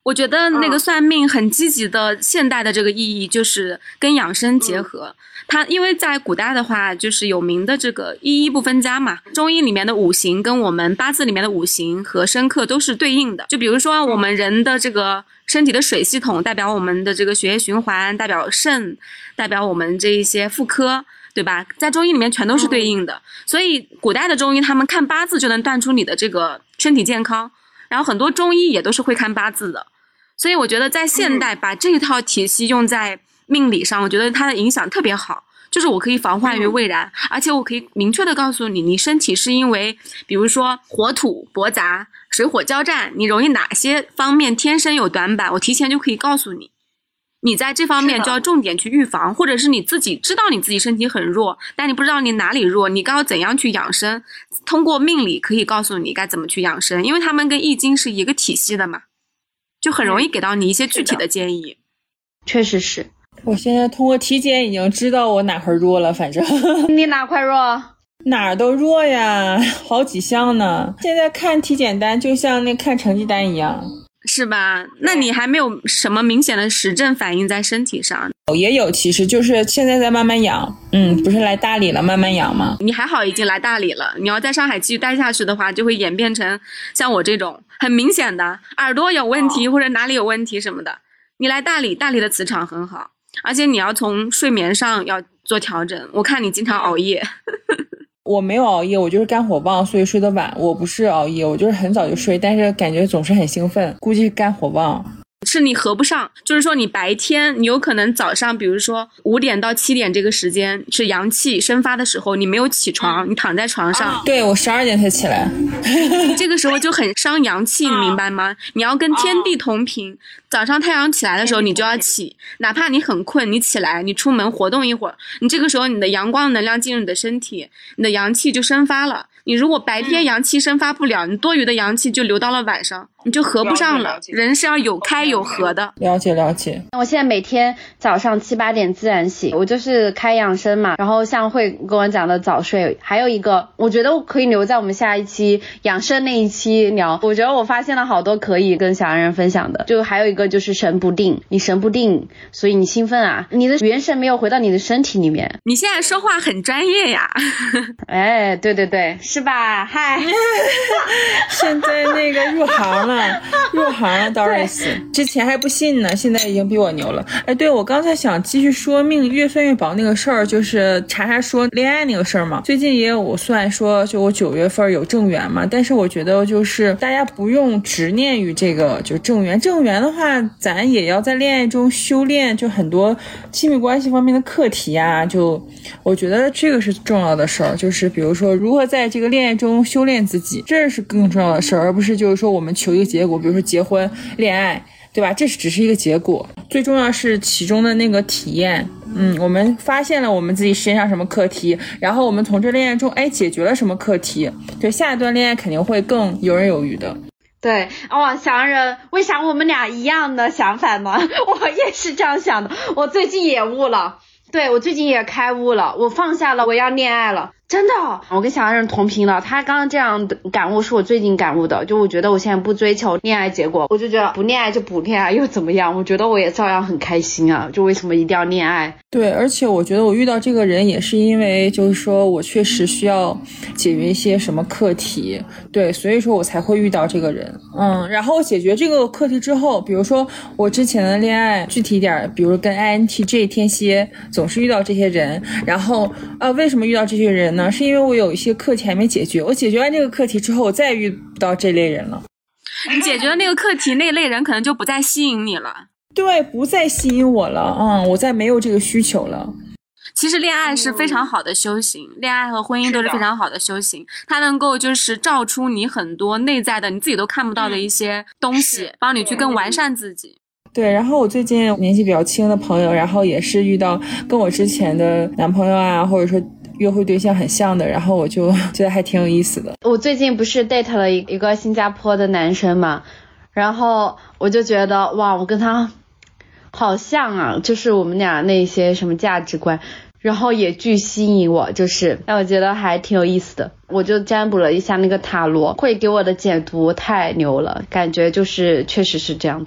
Speaker 4: 我觉得那个算命很积极的现代的这个意义就是跟养生结合。它因为在古代的话，就是有名的这个一一不分家嘛，中医里面的五行跟我们八字里面的五行和生克都是对应的。就比如说我们人的这个身体的水系统代表我们的这个血液循环，代表肾，代表我们这一些妇科，对吧？在中医里面全都是对应的。所以古代的中医他们看八字就能断出你的这个身体健康，然后很多中医也都是会看八字的。所以我觉得在现代把这套体系用在命理上，我觉得它的影响特别好，就是我可以防患于未然，而且我可以明确的告诉你，你身体是因为比如说火土搏杂、水火交战，你容易哪些方面天生有短板，我提前就可以告诉你，你在这方面就要重点去预防，或者是你自己知道你自己身体很弱，但你不知道你哪里弱，你该要怎样去养生，通过命理可以告诉你该怎么去养生，因为他们跟易经是一个体系的嘛，就很容易给到你一些具体的建议。
Speaker 1: 确实是。
Speaker 2: 我现在通过体检已经知道我哪块弱了，反正
Speaker 1: 你哪块弱？
Speaker 2: 哪儿都弱呀，好几项呢。现在看体检单就像那看成绩单一样，
Speaker 4: 是吧？那你还没有什么明显的实证反映在身体上？
Speaker 2: 也有，其实就是现在在慢慢养。嗯，不是来大理了，慢慢养吗？
Speaker 4: 你还好已经来大理了，你要在上海继续待下去的话，就会演变成像我这种很明显的耳朵有问题、哦、或者哪里有问题什么的。你来大理，大理的磁场很好，而且你要从睡眠上要做调整，我看你经常熬夜。
Speaker 2: 我没有熬夜，我就是肝火旺，所以睡得晚。我不是熬夜，我就是很早就睡，但是感觉总是很兴奋，估计是肝火旺。
Speaker 4: 是你合不上，就是说你白天你有可能早上比如说五点到七点这个时间是阳气生发的时候，你没有起床，你躺在床上。
Speaker 2: 对，我十二点才起来。
Speaker 4: 这个时候就很伤阳气，你明白吗？你要跟天地同频，早上太阳起来的时候你就要起，哪怕你很困，你起来你出门活动一会儿，你这个时候你的阳光能量进入你的身体，你的阳气就生发了。你如果白天阳气生发不了，你多余的阳气就流到了晚上，你就合不上了。人是要有开有合的。
Speaker 2: 了解了解。
Speaker 1: 我现在每天早上七八点自然醒，我就是开养生嘛，然后像会跟我讲的早睡，还有一个我觉得我可以留在我们下一期养生那一期聊，我觉得我发现了好多可以跟小人分享的。就还有一个就是神不定，你神不定，所以你兴奋啊，你的元神没有回到你的身体里面。
Speaker 4: 你现在说话很专业呀。
Speaker 1: 哎，对对对，是吧？嗨，
Speaker 2: 现在那个入行了，入行了 Doris， 之前还不信呢，现在已经比我牛了。哎，对，我刚才想继续说命越算越薄那个事儿，就是查查说恋爱那个事儿嘛。最近也有我算说，就我九月份有正缘嘛，但是我觉得就是大家不用执念于这个就正缘，正缘的话，咱也要在恋爱中修炼，就很多亲密关系方面的课题啊，就我觉得这个是重要的事儿，就是比如说如何在这个恋爱中修炼自己，这是更重要的事儿，而不是就是说我们求一个结果，比如说结婚恋爱，对吧？这只是一个结果，最重要是其中的那个体验。嗯，我们发现了我们自己身上什么课题，然后我们从这恋爱中哎解决了什么课题，对，下一段恋爱肯定会更游刃有余的。
Speaker 1: 对哦，小洋人，为啥我们俩一样的想法呢？我也是这样想的，我最近也悟了，对，我最近也开悟了，我放下了我要恋爱了，真的，我跟小洋人同频了。他刚刚这样的感悟是我最近感悟的，就我觉得我现在不追求恋爱结果，我就觉得不恋爱就不恋爱又怎么样，我觉得我也照样很开心啊，就为什么一定要恋爱？
Speaker 2: 对，而且我觉得我遇到这个人也是因为就是说我确实需要解决一些什么课题，对，所以说我才会遇到这个人。嗯，然后解决这个课题之后，比如说我之前的恋爱具体一点，比如跟 I N T J 天蝎总是遇到这些人，然后啊为什么遇到这些人呢？是因为我有一些课题还没解决，我解决完这个课题之后我再遇不到这类人了。
Speaker 4: 你解决了那个课题，那类人可能就不再吸引你了。
Speaker 2: 对，不再吸引我了，嗯，我再没有这个需求了。
Speaker 4: 其实恋爱是非常好的修行，嗯、恋爱和婚姻都是非常好的修行，它能够就是照出你很多内在的你自己都看不到的一些东西，嗯、帮你去更完善自己。
Speaker 2: 对，然后我最近年纪比较轻的朋友，然后也是遇到跟我之前的男朋友啊，或者说约会对象很像的，然后我就觉得还挺有意思的。
Speaker 1: 我最近不是 date 了一个新加坡的男生嘛，然后我就觉得哇，我跟他好像啊，就是我们俩那些什么价值观，然后也巨吸引我，就是让我觉得还挺有意思的。我就占卜了一下那个塔罗，会给我的解读太牛了，感觉就是确实是这样子。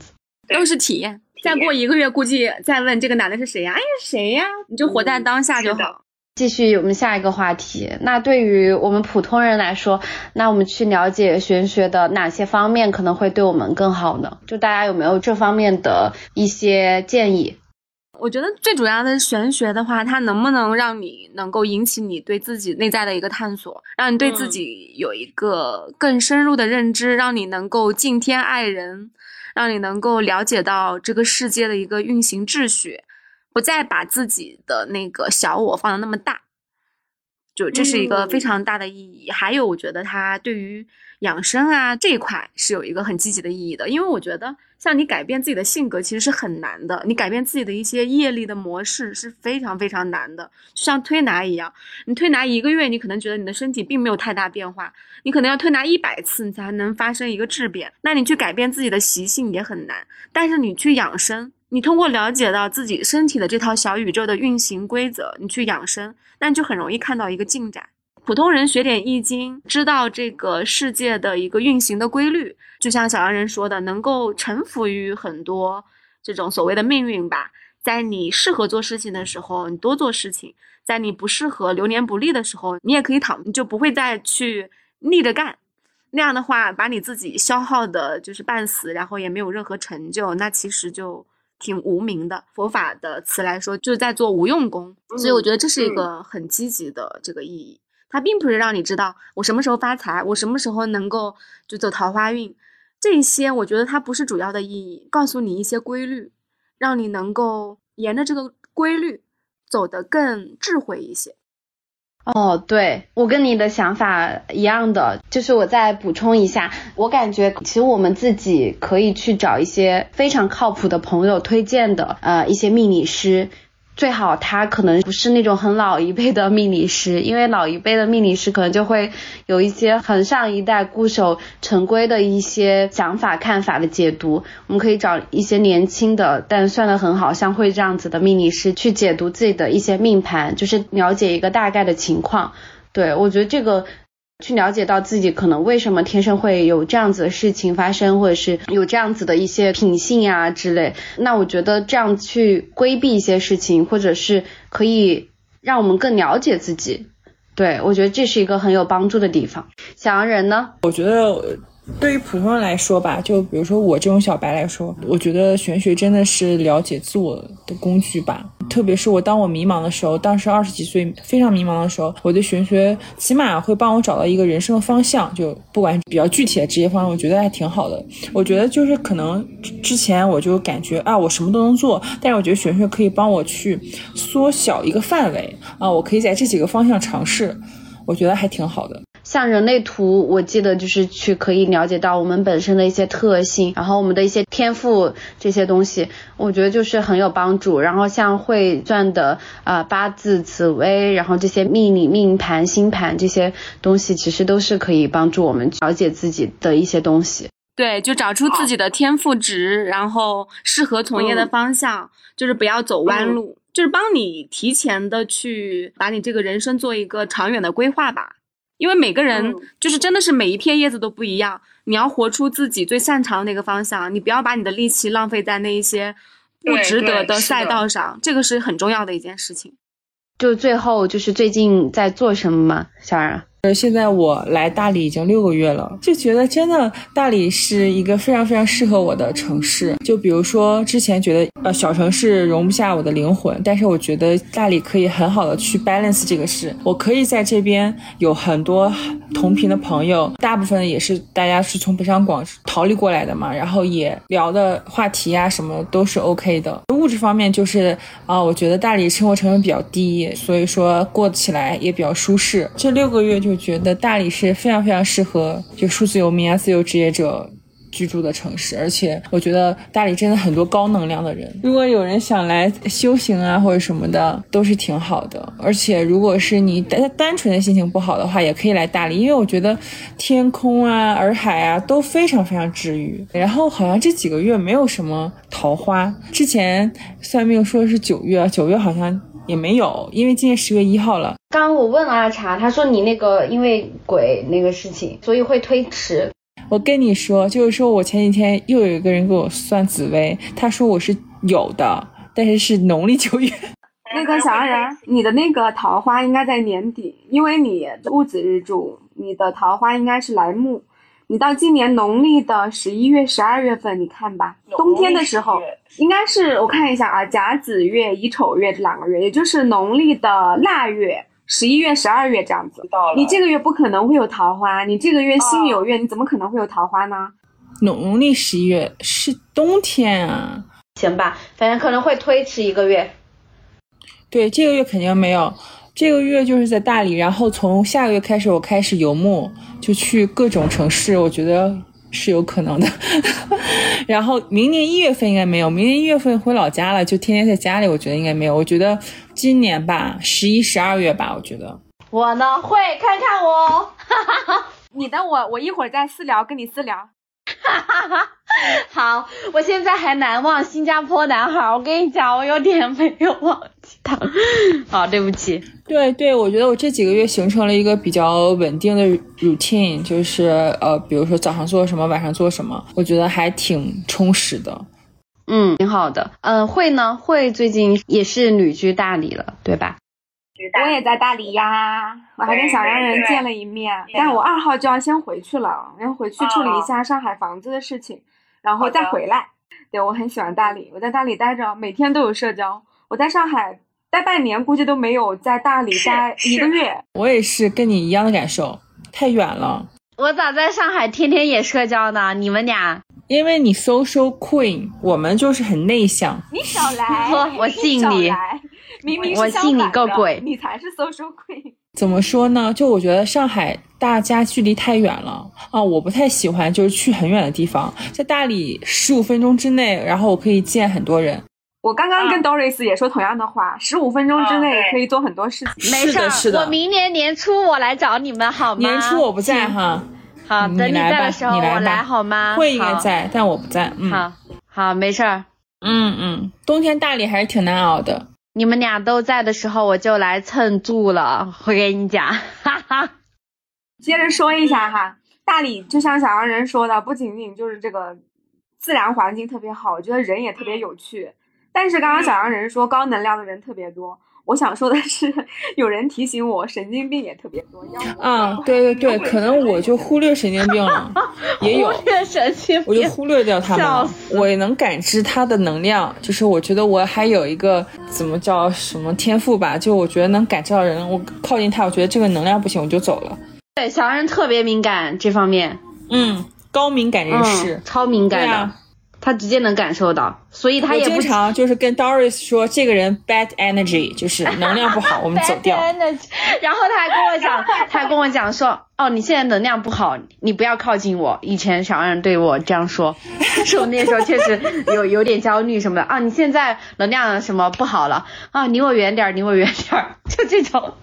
Speaker 4: 都是体验。再过一个月，估计再问这个男的是谁呀？哎呀，谁呀？你就活在当下就好。嗯，
Speaker 1: 继续我们下一个话题。那对于我们普通人来说，那我们去了解玄学的哪些方面可能会对我们更好呢？就大家有没有这方面的一些建议？
Speaker 4: 我觉得最主要的玄学的话，它能不能让你能够引起你对自己内在的一个探索，让你对自己有一个更深入的认知，让你能够敬天爱人，让你能够了解到这个世界的一个运行秩序，不再把自己的那个小我放得那么大，就这是一个非常大的意义。嗯，还有我觉得它对于养生啊这一块是有一个很积极的意义的，因为我觉得像你改变自己的性格其实是很难的，你改变自己的一些业力的模式是非常非常难的，就像推拿一样，你推拿一个月，你可能觉得你的身体并没有太大变化，你可能要推拿一百次你才能发生一个质变，那你去改变自己的习性也很难。但是你去养生，你通过了解到自己身体的这套小宇宙的运行规则，你去养生，那你就很容易看到一个进展。普通人学点易经，知道这个世界的一个运行的规律，就像小洋人说的，能够臣服于很多这种所谓的命运吧。在你适合做事情的时候，你多做事情；在你不适合流年不利的时候，你也可以躺，你就不会再去逆着干。那样的话，把你自己消耗的就是半死，然后也没有任何成就，那其实就挺无名的。佛法的词来说，就是在做无用功。所以我觉得这是一个很积极的这个意义。它并不是让你知道我什么时候发财，我什么时候能够就走桃花运，这些我觉得它不是主要的意义，告诉你一些规律，让你能够沿着这个规律走得更智慧一些。
Speaker 1: 哦，对，我跟你的想法一样的，就是我再补充一下，我感觉其实我们自己可以去找一些非常靠谱的朋友推荐的呃一些命理师，最好他可能不是那种很老一辈的命理师，因为老一辈的命理师可能就会有一些很上一代固守成规的一些想法看法的解读，我们可以找一些年轻的但算得很好像会这样子的命理师去解读自己的一些命盘，就是了解一个大概的情况。对，我觉得这个去了解到自己可能为什么天生会有这样子的事情发生，或者是有这样子的一些品性啊之类，那我觉得这样去规避一些事情，或者是可以让我们更了解自己。对，我觉得这是一个很有帮助的地方。小洋人呢？
Speaker 2: 我觉得对于普通人来说吧，就比如说我这种小白来说，我觉得玄学真的是了解自我的工具吧。特别是我当我迷茫的时候，当时二十几岁非常迷茫的时候，我对玄学起码会帮我找到一个人生的方向，就不管比较具体的职业方向，我觉得还挺好的。我觉得就是可能之前我就感觉啊，我什么都能做，但是我觉得玄学可以帮我去缩小一个范围啊，我可以在这几个方向尝试，我觉得还挺好的。
Speaker 1: 像人类图，我记得就是去可以了解到我们本身的一些特性，然后我们的一些天赋这些东西，我觉得就是很有帮助。然后像会算的啊、呃、八字、紫微，然后这些命理、命盘、星盘这些东西，其实都是可以帮助我们了解自己的一些东西。
Speaker 4: 对，就找出自己的天赋值，然后适合从业的方向，嗯、就是不要走弯路，嗯、就是帮你提前的去把你这个人生做一个长远的规划吧。因为每个人就是真的是每一片叶子都不一样，你要活出自己最擅长的那个方向，你不要把你的力气浪费在那一些不值得的赛道上，这个是很重要的一件事情。
Speaker 1: 就最后就是最近在做什么吗，小然？
Speaker 2: 呃，现在我来大理已经六个月了，就觉得真的大理是一个非常非常适合我的城市。就比如说之前觉得呃小城市容不下我的灵魂，但是我觉得大理可以很好的去 balance 这个事。我可以在这边有很多同频的朋友，大部分也是大家是从北上广逃离过来的嘛，然后也聊的话题啊什么都是 OK 的。物质方面就是啊、呃，我觉得大理生活成本比较低，所以说过起来也比较舒适。这六个月就觉得大理是非常非常适合就数字游民啊、自由职业者居住的城市，而且我觉得大理真的很多高能量的人，如果有人想来修行啊或者什么的都是挺好的。而且如果是你单单纯的心情不好的话，也可以来大理，因为我觉得天空啊、洱海啊都非常非常治愈。然后好像这几个月没有什么桃花，之前算命说是九月，九月好像也没有，因为今年十月一号了。
Speaker 1: 刚刚我问了阿茶，他说你那个因为鬼那个事情，所以会推迟。
Speaker 2: 我跟你说，就是说我前几天又有一个人给我算紫微，他说我是有的，但是是农历九月。
Speaker 4: 那个小洋人，你的那个桃花应该在年底，因为你戊子日柱，你的桃花应该是来木。你到今年农历的十一月、十二月份，你看吧，冬天的时候应该是我看一下啊，甲子月、乙丑月这两个月，也就是农历的腊月。十一月、十二月这样子，你这个月不可能会有桃花，你这个月辛酉月，你怎么可能会有桃花呢？
Speaker 2: 农历十一月是冬天啊，
Speaker 1: 行吧，反正可能会推迟一个月。
Speaker 2: 对，这个月肯定没有，这个月就是在大理，然后从下个月开始我开始游牧，就去各种城市，我觉得是有可能的。然后明年一月份应该没有，明年一月份回老家了，就天天在家里，我觉得应该没有。我觉得今年吧，十一、十二月吧，我觉得。
Speaker 1: 我呢会看看我，
Speaker 4: 你等我，我一会儿再私聊，跟你私聊。
Speaker 1: 好，我现在还难忘新加坡男孩，我跟你讲，我有点没有忘记他。好，对不起。
Speaker 2: 对对，我觉得我这几个月形成了一个比较稳定的 routine， 就是呃，比如说早上做什么，晚上做什么，我觉得还挺充实的。
Speaker 1: 嗯，挺好的。嗯、呃，慧呢？慧最近也是旅居大理了，对吧？
Speaker 4: 我也在大理呀，我还跟小洋人见了一面，但我二号就要先回去了，然后回去处理一下上海房子的事情，然后再回来。对，我很喜欢大理，我在大理待着，每天都有社交。我在上海待半年，估计都没有在大理待一个月。
Speaker 2: 我也是跟你一样的感受，太远了。
Speaker 1: 我咋在上海天天也社交呢？你们俩？
Speaker 2: 因为你 social queen， 我们就是很内向。
Speaker 4: 你少来，
Speaker 1: 我信你。
Speaker 4: 明明
Speaker 1: 我信你个鬼，
Speaker 4: 你才是 social queen。
Speaker 2: 怎么说呢？就我觉得上海大家距离太远了啊，我不太喜欢就是去很远的地方，在大理十五分钟之内，然后我可以见很多人。
Speaker 4: 我刚刚跟 Doris 也说同样的话，十五分钟之内可以做很多事情。
Speaker 1: 没事，
Speaker 2: 是的，是的。
Speaker 1: 我明年年初我来找你们好吗？
Speaker 2: 年初我不在哈。
Speaker 1: 好，等你在的时候我来好吗？
Speaker 2: 会应该在，但我不在。嗯，
Speaker 1: 好，好，没事儿。
Speaker 2: 嗯嗯，冬天大理还是挺难熬的。
Speaker 1: 你们俩都在的时候，我就来蹭住了。我跟你讲，哈哈。
Speaker 4: 接着说一下哈，大理就像小洋人说的，不仅仅就是这个自然环境特别好，我觉得人也特别有趣。但是刚刚小洋人说高能量的人特别多，我想说的是，有人提醒我神经病也特别多。
Speaker 2: 啊，对对对，可能我就忽略神经病了，也有
Speaker 1: 忽略神经病，
Speaker 2: 我就忽略掉他们了。我也能感知他的能量，就是我觉得我还有一个怎么叫什么天赋吧，就我觉得能感知到人，我靠近他，我觉得这个能量不行，我就走了。
Speaker 1: 对，小人特别敏感这方面，
Speaker 2: 嗯，高敏感人士，
Speaker 1: 嗯、超敏感的。他直接能感受到，所以他也不
Speaker 2: 经常就是跟 Doris 说这个人 bad energy， 就是能量不好，我们走掉。
Speaker 1: 然后他还跟我讲，他还跟我讲说，哦，你现在能量不好，你不要靠近我。以前小人对我这样说，是我那时候确实有有点焦虑什么的啊。你现在能量什么不好了啊，离我远点，离我远点，就这种。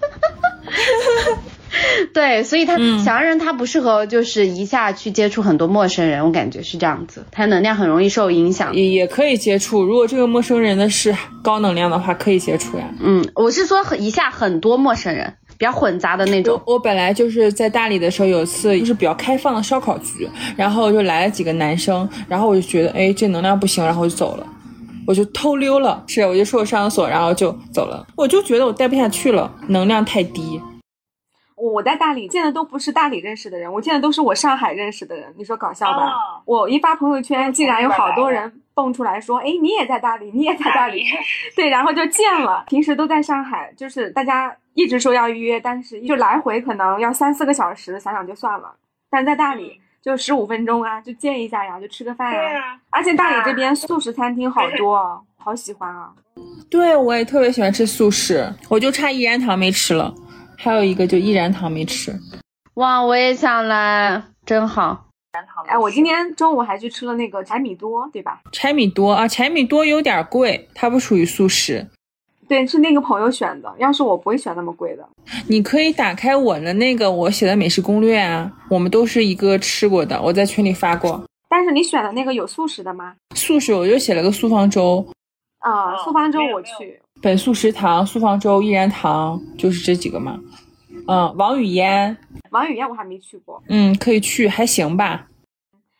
Speaker 1: 对，所以他、嗯、小人他不适合就是一下去接触很多陌生人，我感觉是这样子，他能量很容易受影响。
Speaker 2: 也也可以接触，如果这个陌生人的是高能量的话，可以接触呀。
Speaker 1: 嗯，我是说一下很多陌生人，比较混杂的那种。
Speaker 2: 我, 我本来就是在大理的时候，有一次就是比较开放的烧烤局，然后就来了几个男生，然后我就觉得哎这能量不行，然后我就走了，我就偷溜了，是我就说我上厕所，然后就走了，我就觉得我待不下去了，能量太低。
Speaker 4: 我在大理见的都不是大理认识的人，我见的都是我上海认识的人，你说搞笑吧、哦、我一发朋友圈竟然有好多人蹦出来说哎，你也在大理，你也在大理对，然后就见了。平时都在上海，就是大家一直说要预约，但是就来回可能要三四个小时，想想就算了。但在大理就十五分钟啊，就见一下呀，就吃个饭呀、啊、而且大理这边素食餐厅好多、哦、好喜欢啊。
Speaker 2: 对，我也特别喜欢吃素食，我就差一然堂没吃了，还有一个就一然堂没吃。
Speaker 1: 哇，我也想来，真好。
Speaker 4: 哎，我今天中午还去吃了那个柴米多，对吧？
Speaker 2: 柴米多啊，柴米多有点贵，它不属于素食。
Speaker 4: 对，是那个朋友选的，要是我不会选那么贵的。
Speaker 2: 你可以打开我的那个我写的美食攻略啊，我们都是一个吃过的，我在群里发过。
Speaker 4: 但是你选的那个有素食的吗？
Speaker 2: 素食我就写了个素方粥。
Speaker 4: 啊、呃，素方粥我去。
Speaker 2: 本素食堂、素方粥、一然堂，就是这几个嘛。嗯，王语嫣，
Speaker 4: 王语嫣我还没去过。
Speaker 2: 嗯，可以去，还行吧。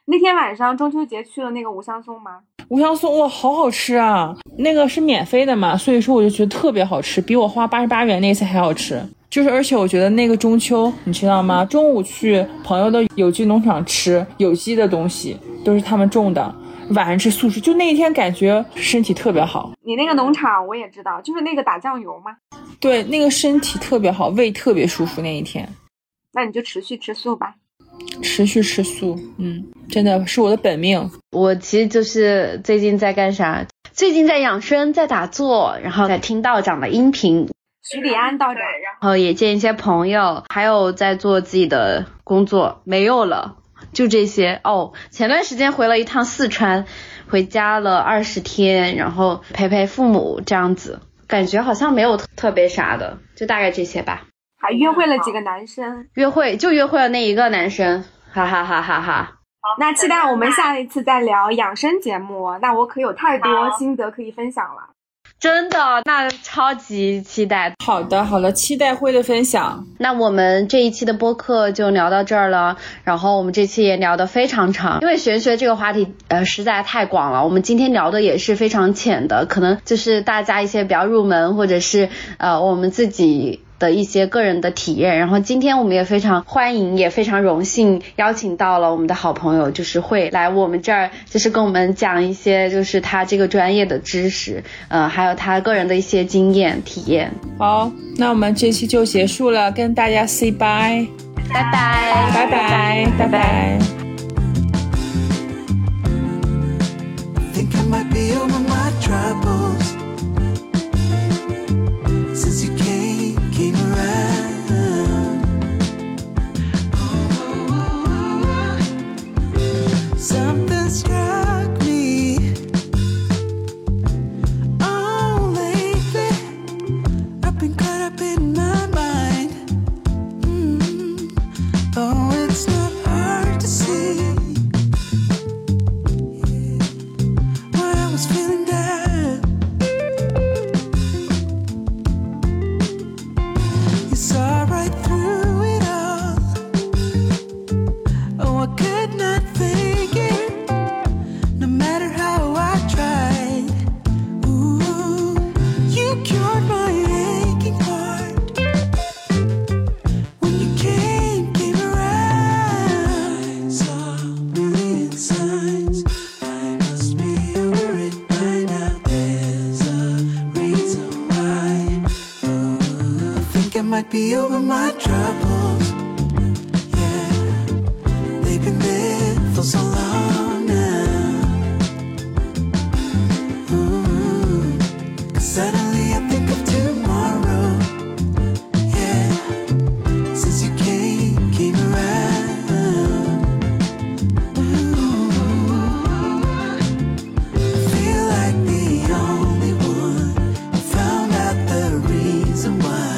Speaker 4: 那天晚上中秋节去了那个五香松吗？
Speaker 2: 五香松哇，好好吃啊！那个是免费的嘛，所以说我就觉得特别好吃，比我花八十八元那次还好吃。就是而且我觉得那个中秋你知道吗？中午去朋友的有机农场吃有机的东西，都是他们种的，晚上吃素食，就那一天感觉身体特别好。
Speaker 4: 你那个农场我也知道，就是那个打酱油吗？
Speaker 2: 对，那个身体特别好，胃特别舒服那一天。
Speaker 4: 那你就持续吃素吧。
Speaker 2: 持续吃素，嗯，真的是我的本命。
Speaker 1: 我其实就是最近在干啥？最近在养生，在打坐，然后在听道长的音频。
Speaker 4: 徐礼安道长，
Speaker 1: 然后也见一些朋友，还有在做自己的工作，没有了，就这些。哦，前段时间回了一趟四川，回家了二十天，然后陪陪父母这样子，感觉好像没有特别啥的，就大概这些吧。
Speaker 4: 还约会了几个男生，
Speaker 1: 约会就约会了那一个男生，哈哈哈哈哈。
Speaker 4: 那期待我们下一次再聊养生节目，那我可有太多心得可以分享了。
Speaker 1: 真的，那超级期待。
Speaker 2: 好的好的，期待会的分享。
Speaker 1: 那我们这一期的播客就聊到这儿了，然后我们这期也聊得非常长，因为玄学这个话题呃实在太广了，我们今天聊的也是非常浅的，可能就是大家一些比较入门或者是呃我们自己的一些个人的体验。然后今天我们也非常欢迎，也非常荣幸邀请到了我们的好朋友，就是会来我们这儿，就是跟我们讲一些就是他这个专业的知识，呃，还有他个人的一些经验体验。
Speaker 2: 好，那我们这期就结束了，跟大家 say bye，
Speaker 1: 拜拜，
Speaker 2: 拜拜，拜拜。
Speaker 5: Be over my troubles, yeah, they've been there for so long now. Ooh, 'cause suddenly I think of tomorrow, yeah, since you came, came around. Ooh, I feel like the only one who found out the reason why